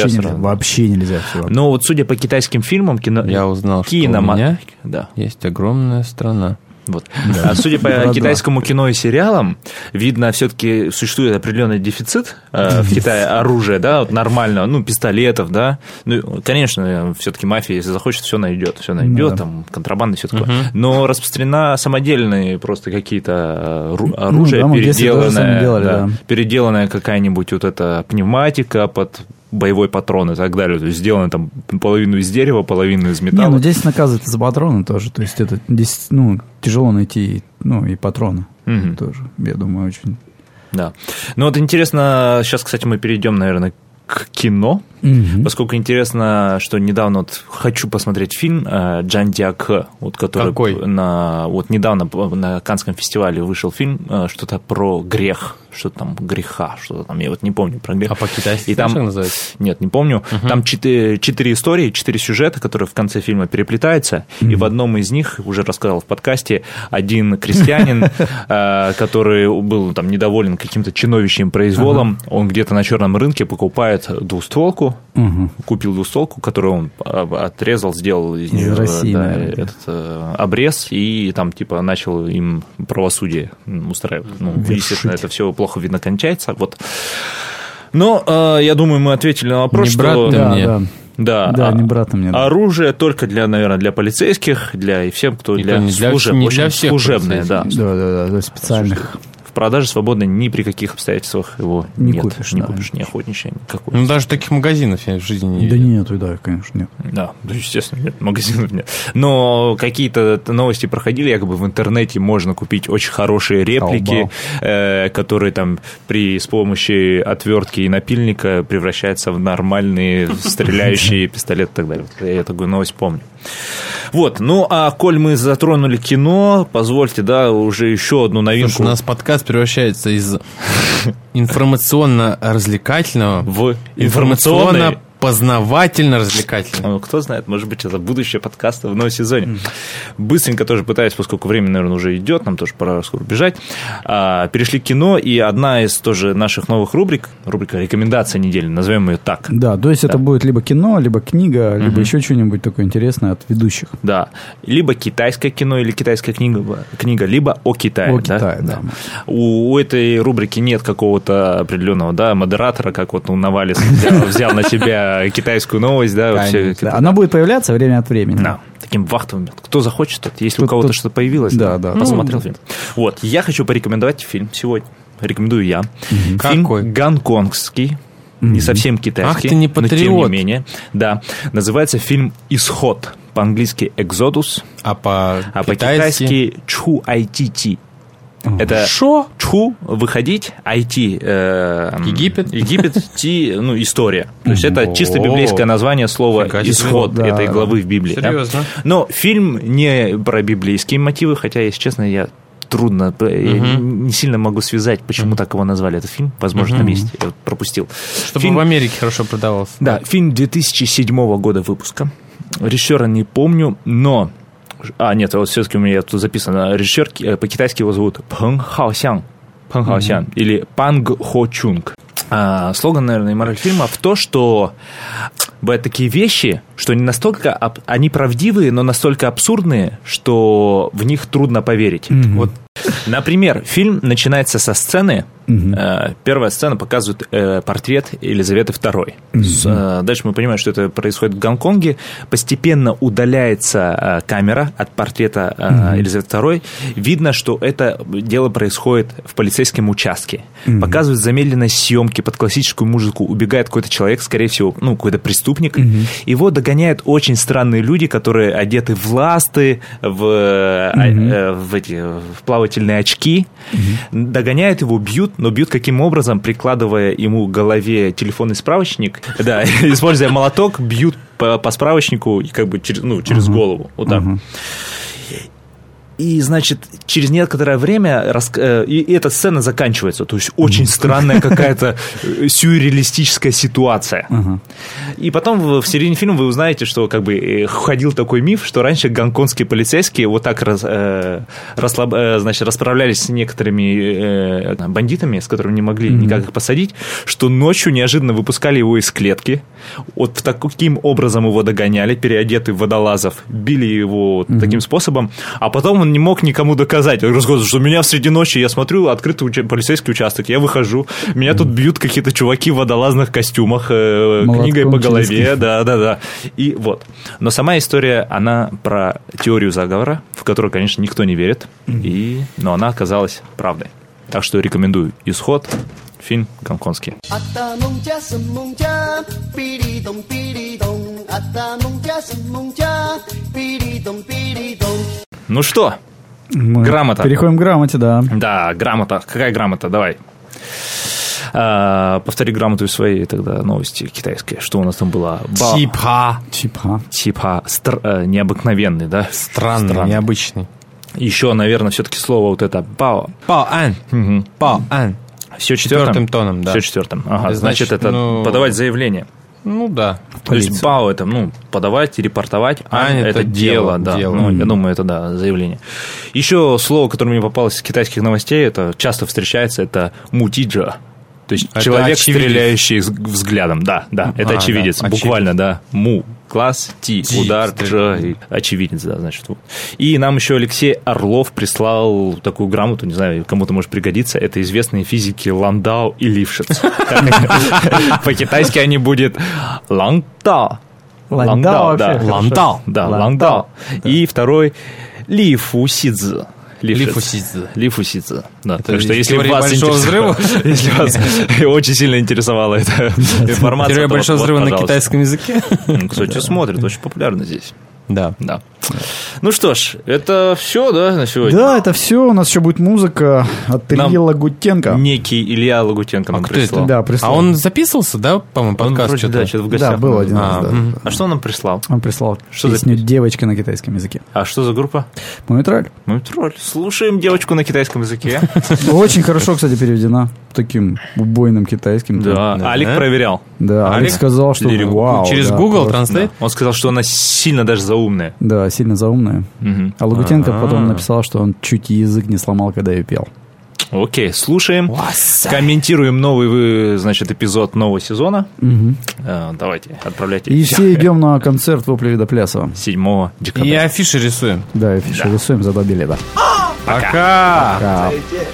вообще нельзя. Но вот судя по китайским фильмам, я узнал, что у меня есть огромная страна. Вот. Да. А судя по китайскому кино и сериалам, видно, все-таки существует определенный дефицит в Китае оружия, да, вот нормального, ну, пистолетов, да. Ну, конечно, все-таки мафия, если захочет, все найдет, там, контрабанда, все такое. Но распространена самодельные просто какие-то оружие, переделанная какая-нибудь вот эта пневматика под боевой патрон и так далее. То есть сделано там половину из дерева, половину из металла. Не, ну здесь наказывают за патроны тоже. То есть это здесь, ну, тяжело найти, ну, и патроны тоже, я думаю, очень. Да. Ну вот интересно, сейчас, кстати, мы перейдем, наверное, к кино, поскольку интересно, что недавно вот хочу посмотреть фильм «Джандиак», вот, который вот недавно на Каннском фестивале вышел фильм, что-то про грех, что-то там греха, что-то там, я вот не помню про грех. А по-китайски как называется? Нет, не помню. Там 4 истории, 4 сюжета, которые в конце фильма переплетаются, и в одном из них, уже рассказал в подкасте, один крестьянин, который был там недоволен каким-то чиновничьим произволом, он где-то на черном рынке покупает двустволку, купил двустволку, которую он отрезал, сделал из нее этот обрез, и там типа начал им правосудие устраивать. Ну, естественно, это все плохо, видно, кончается. Вот. Но я думаю, мы ответили на вопрос, не брат ты мне. Да, не брат мне. Оружие только наверное, для полицейских, для и всем, кто не для всех служебное, да. Да, специальных. В продаже свободной ни при каких обстоятельствах его не нет. Купишь, не купишь, ни охотничья, никакой. Ну, даже таких магазинов я в жизни не видел. Да нету, да, конечно, нет. Да, естественно, нет, магазинов нет. Но какие-то новости проходили, якобы в интернете можно купить очень хорошие реплики, которые там с помощью отвертки и напильника превращаются в нормальные стреляющие пистолеты и так далее. Я такую новость помню. Вот, ну, а коль мы затронули кино, позвольте, да, уже еще одну новинку. Слушай, у нас подкаст превращается из информационно-развлекательного в информационно-познавательно-развлекательного. Ну, кто знает, может быть, это будущее подкаста в новом сезоне. Быстренько тоже пытаюсь, поскольку время, наверное, уже идет, нам тоже пора скоро бежать. Перешли к кино, и одна из тоже наших новых рубрика «Рекомендация недели», назовем ее так. Да, то есть это будет либо кино, либо книга, либо еще что-нибудь такое интересное от ведущих. Да, либо китайское кино или китайская книга, либо о Китае. О Китае, да. У этой рубрики нет какого-то определенного, да, модератора, как вот Навалис взял на себя китайскую новость, да, вообще. Да. Она будет появляться время от времени. Да, таким вахтовым. Кто захочет, тот, если у кого-то что-то появилось, посмотрел фильм. Вот, я хочу порекомендовать фильм сегодня. Рекомендую я. Фильм Какой? гонконгский, не совсем китайский. Ах ты не патриот. Но тем не менее. Да, называется фильм «Исход». По-английски «Экзодус», а по-китайски «Чху-ай-ти-ти». Это Шо? Чху, выходить, IT, Египет, Ти, ну, история. То есть это чисто библейское название слова «исход» этой главы в Библии. Серьезно? Да? Но фильм не про библейские мотивы, хотя, если честно, я не сильно могу связать, почему так его назвали, этот фильм. Возможно, на месте. Я пропустил. Чтобы фильм, в Америке хорошо продавался. Да, фильм 2007 года выпуска. Режиссера не помню, но... нет, вот все-таки у меня тут записано. Режиссер, по-китайски его зовут Пэн Хаосян. Или Панг Хо Чунг. Слоган, наверное, и мораль фильма в то, что бывают такие вещи, что они правдивые, но настолько абсурдные, что в них трудно поверить. Вот, например, фильм начинается со сцены. Первая сцена показывает портрет Елизаветы II. Дальше мы понимаем, что это происходит в Гонконге. Постепенно удаляется камера от портрета Елизаветы II. Видно, что это дело происходит в полицейском участке. Показывают замедленной съемки под классическую музыку. Убегает какой-то человек, скорее всего, какой-то преступник. Его догоняют очень странные люди, которые одеты в ласты, в плавательные очки. Догоняют его, бьют, но бьют каким образом, прикладывая ему к голове телефонный справочник, да, используя молоток, бьют по справочнику как бы через голову, вот так. И, значит, через некоторое время и эта сцена заканчивается. То есть очень странная какая-то сюрреалистическая ситуация. И потом в середине фильма вы узнаете, что как бы ходил такой миф, что раньше гонконгские полицейские вот так расправлялись с некоторыми бандитами, с которыми не могли никак их посадить, что ночью неожиданно выпускали его из клетки. Вот таким образом его догоняли, переодетый в водолазов, били его таким способом, а потом он не мог никому доказать. Он рассказывает, что меня среди ночи, я смотрю, открытый полицейский участок, я выхожу, меня тут бьют какие-то чуваки в водолазных костюмах, книгой по голове, да. И вот. Но сама история, она про теорию заговора, в которую, конечно, никто не верит, но она оказалась правдой. Так что рекомендую «Исход», фильм гонконгский. Ну что, грамота. Переходим к грамоте, да. Да, грамота. Какая грамота? Давай. Повтори грамоту из своей тогда новости китайской. Что у нас там было? Типа. Необыкновенный, да? Странный, необычный. Еще, наверное, все-таки слово вот это Баоан. Баоан. Все четвертым тоном, да. Все четвертым. Ага, значит, это подавать заявление. Ну да. То есть БАО это подавать, репортовать, это дело, да. Я думаю, это да, заявление. Еще слово, которое мне попалось из китайских новостей, это часто встречается, это мутиджа. То есть это человек, стреляющий взглядом. Да, это очевидец. Буквально, да. класс, Ти, удар, Дж, очевидец, да, значит. Вот. И нам еще Алексей Орлов прислал такую грамоту, не знаю, кому-то может пригодиться. Это известные физики Ландау и Лившиц. По-китайски они будут Лангдао. Лангдао, да. Лангдао. И второй Ли Фусидзе. Лифусидзе. Да. Так что если вас очень сильно интересовала эта информация... Теория большого взрыва на китайском языке. Кстати, смотрят, очень популярно здесь. Да. Ну что ж, это все, да, на сегодня? Да, это все. У нас еще будет музыка от Ильи Лагутенко. Некий Илья Лагутенко нам прислал. Да, прислал. А он записывался, да, по-моему, подкаст? Да, что-то в гостях. Да, был один раз, да. А что он нам прислал? Он прислал песню «Девочка» на китайском языке. А что за группа? Мумитроль. Слушаем «Девочку» на китайском языке. Очень хорошо, кстати, переведена. Таким убойным китайским. Да, Алик проверял. Да, Алик сказал, что вау. Через Google Translate? Он сказал, что она сильно даже заумная. Да, сильно заумная. А Лагутенко потом написал, что он чуть язык не сломал, когда ее пел. Окей, слушаем. Комментируем новый, значит, эпизод нового сезона. Давайте, отправляйте. И все идем на концерт «Вопли вида пляса» 7 декабря. И афиши рисуем. Да, афиши рисуем за 2 билета. Пока!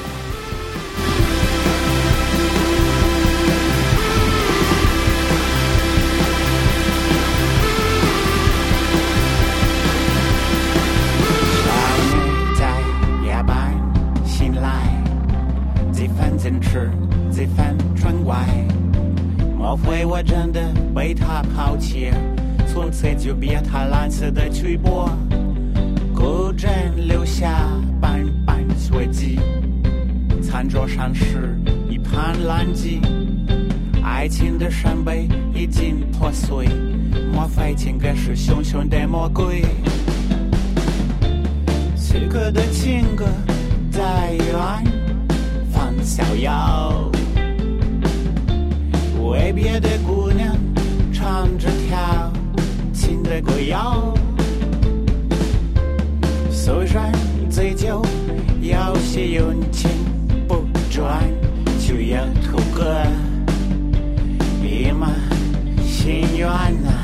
莫非我真的被他抛弃，从此就别他蓝色的曲波，孤枕留下斑斑血迹，餐桌上是一盘烂鸡，爱情的圣杯已经破碎，莫非情歌是熊熊的魔鬼？此刻的情歌在远方逍遥。为别的姑娘唱着调情的歌谣，虽然醉酒有些用情不专，就要图个一满心愿啊。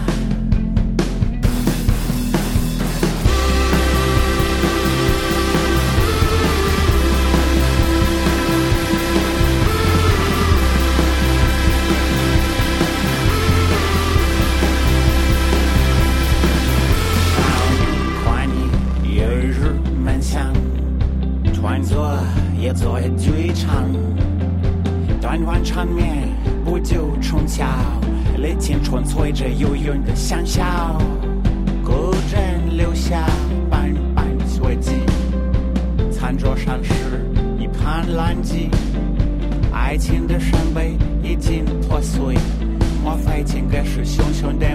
换作也做剧场，短短场面不就重巧，泪青春随着悠远的想象，孤枕留下斑斑血迹，餐桌上是一盘烂鸡，爱情的圣杯已经破碎，莫非情歌是熊熊的